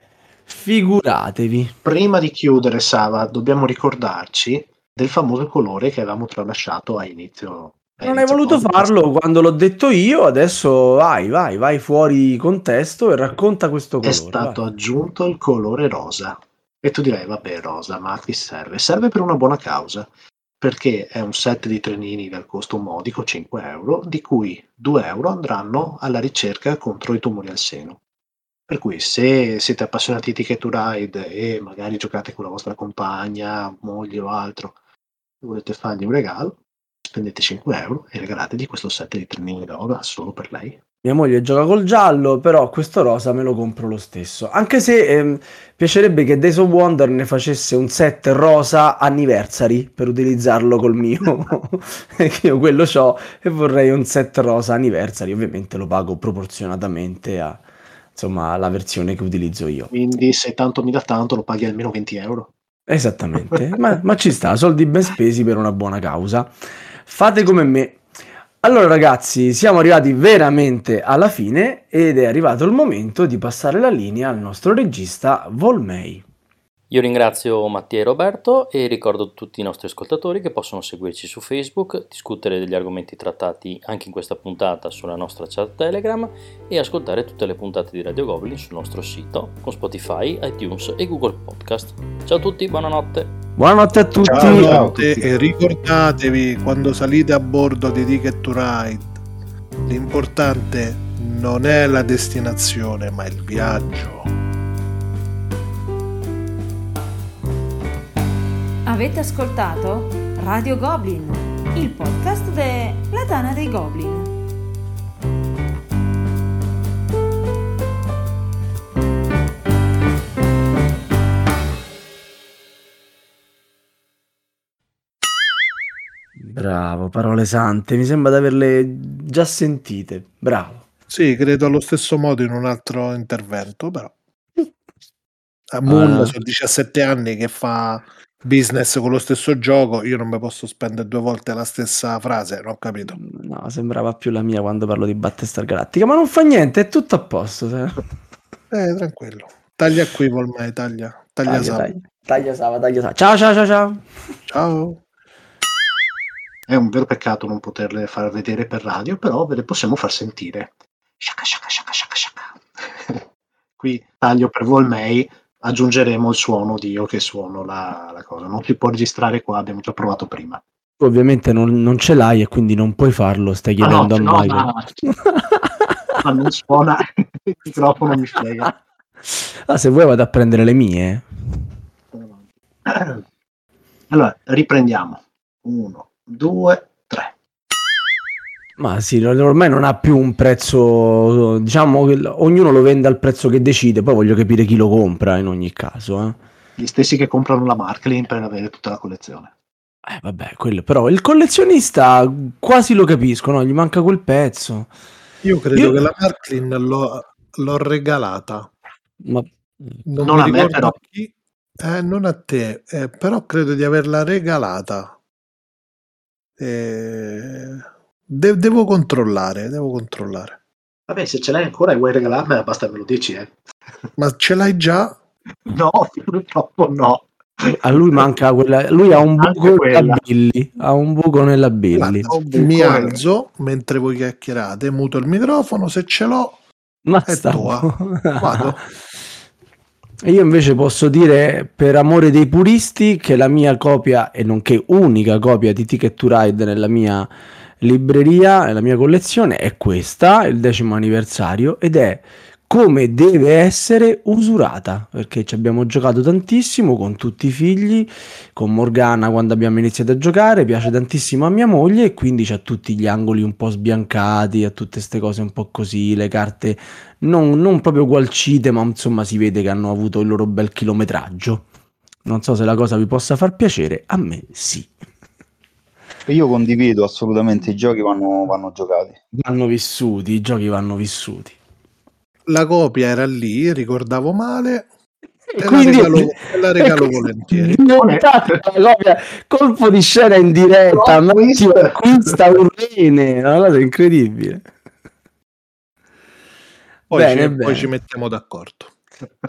figuratevi. Prima di chiudere, Sava, dobbiamo ricordarci del famoso colore che avevamo tralasciato a inizio. a Non hai inizio voluto podcast. farlo quando l'ho detto io, adesso vai, vai, vai fuori contesto e racconta questo È colore. stato vai. aggiunto il colore rosa. E tu direi, vabbè, rosa, ma a chi serve? Serve per una buona causa, perché è un set di trenini dal costo modico, cinque euro, di cui due euro andranno alla ricerca contro i tumori al seno. Per cui se siete appassionati di Ticket to Ride e magari giocate con la vostra compagna, moglie o altro, e volete fargli un regalo, spendete cinque euro e regalategli questo set di trenini rosa solo per lei. Mia moglie gioca col giallo, però questo rosa me lo compro lo stesso. Anche se ehm, piacerebbe che Days of Wonder ne facesse un set rosa anniversary per utilizzarlo col mio. Io quello c'ho e vorrei un set rosa anniversary. Ovviamente lo pago proporzionatamente a, insomma la versione che utilizzo io. Quindi se tanto mi dà tanto lo paghi almeno venti euro. Esattamente, ma, ma ci sta, soldi ben spesi per una buona causa. Fate come me. Allora ragazzi, siamo arrivati veramente alla fine ed è arrivato il momento di passare la linea al nostro regista Volmei. Io ringrazio Mattia e Roberto e ricordo a tutti i nostri ascoltatori che possono seguirci su Facebook, discutere degli argomenti trattati anche in questa puntata sulla nostra chat Telegram e ascoltare tutte le puntate di Radio Goblin sul nostro sito con Spotify, iTunes e Google Podcast. Ciao a tutti, buonanotte. Buonanotte a tutti. Ciao, Ciao. e ricordatevi quando salite a bordo di Ticket to Ride, l'importante non è la destinazione ma il viaggio. Avete ascoltato Radio Goblin, il podcast della Tana dei Goblin. Bravo, parole sante, mi sembra di averle già sentite. Bravo. Sì, credo allo stesso modo in un altro intervento, però. A Moon Ah. sono diciassette anni che fa business con lo stesso gioco, io non mi posso spendere due volte la stessa frase, non ho capito. No, sembrava più la mia quando parlo di Battlestar Galactica, ma non fa niente, è tutto a posto. se- Eh, tranquillo. Taglia qui, Volmai, taglia. Taglia, Taglia, Sava. taglia, taglia Sava, taglia Sava. Ciao, ciao, ciao, ciao. Ciao. È un vero peccato non poterle far vedere per radio, però ve le possiamo far sentire. Shaka, shaka, shaka, shaka, shaka. Qui taglio per Volmei, aggiungeremo il suono di io che suono la, la cosa. Non si può registrare qua, abbiamo già provato prima. Tu ovviamente non, non ce l'hai e quindi non puoi farlo, stai Ah, no, chiedendo no, a Michael. no, ma non suona, il microfono mi frega. Ah, se vuoi vado a prendere le mie. Allora, riprendiamo. Uno, due, tre. Ma sì, ormai non ha più un prezzo, diciamo che l- ognuno lo vende al prezzo che decide, poi voglio capire chi lo compra in ogni caso. Eh, Gli stessi che comprano la Marklin per avere tutta la collezione. Eh, vabbè, quello però il collezionista quasi lo capisco, no? Gli manca quel pezzo. Io credo Io- che la Marklin l'ho, l'ho regalata. Ma Non, Non mi a me, ricordo però. chi. Eh, non a te, eh, però credo di averla regalata. Eh, de- devo controllare, devo controllare. Vabbè, se ce l'hai ancora e vuoi regalarmela, basta che me lo dici, eh. Ma ce l'hai già? No, purtroppo no. a lui manca quella, lui ha un Anche buco nella quella. Billy, ha un buco nella Billy. Guarda, un buco mi nel- alzo mentre voi chiacchierate, muto il microfono, se ce l'ho Ma è sta- tua. Vado. E io invece posso dire, per amore dei puristi, che la mia copia, e nonché unica copia di Ticket to Ride nella mia libreria, nella mia collezione, è questa, il decimo anniversario, ed è come deve essere usurata, perché ci abbiamo giocato tantissimo con tutti i figli, con Morgana quando abbiamo iniziato a giocare, piace tantissimo a mia moglie e quindi c'ha tutti gli angoli un po' sbiancati, ha tutte ste cose un po' così, le carte non, non proprio gualcite, ma insomma si vede che hanno avuto il loro bel chilometraggio. Non so se la cosa vi possa far piacere, a me sì. Io condivido assolutamente, i giochi vanno, vanno giocati. Vanno vissuti, i giochi vanno vissuti. La copia era lì, ricordavo male. E Te la quindi regalo- te la regalo e quindi volentieri. è diventata la copia, colpo di scena in diretta, Plot twist. Matteo acquista un rene, una cosa incredibile. Poi, Bene, ci, bene. poi ci mettiamo d'accordo.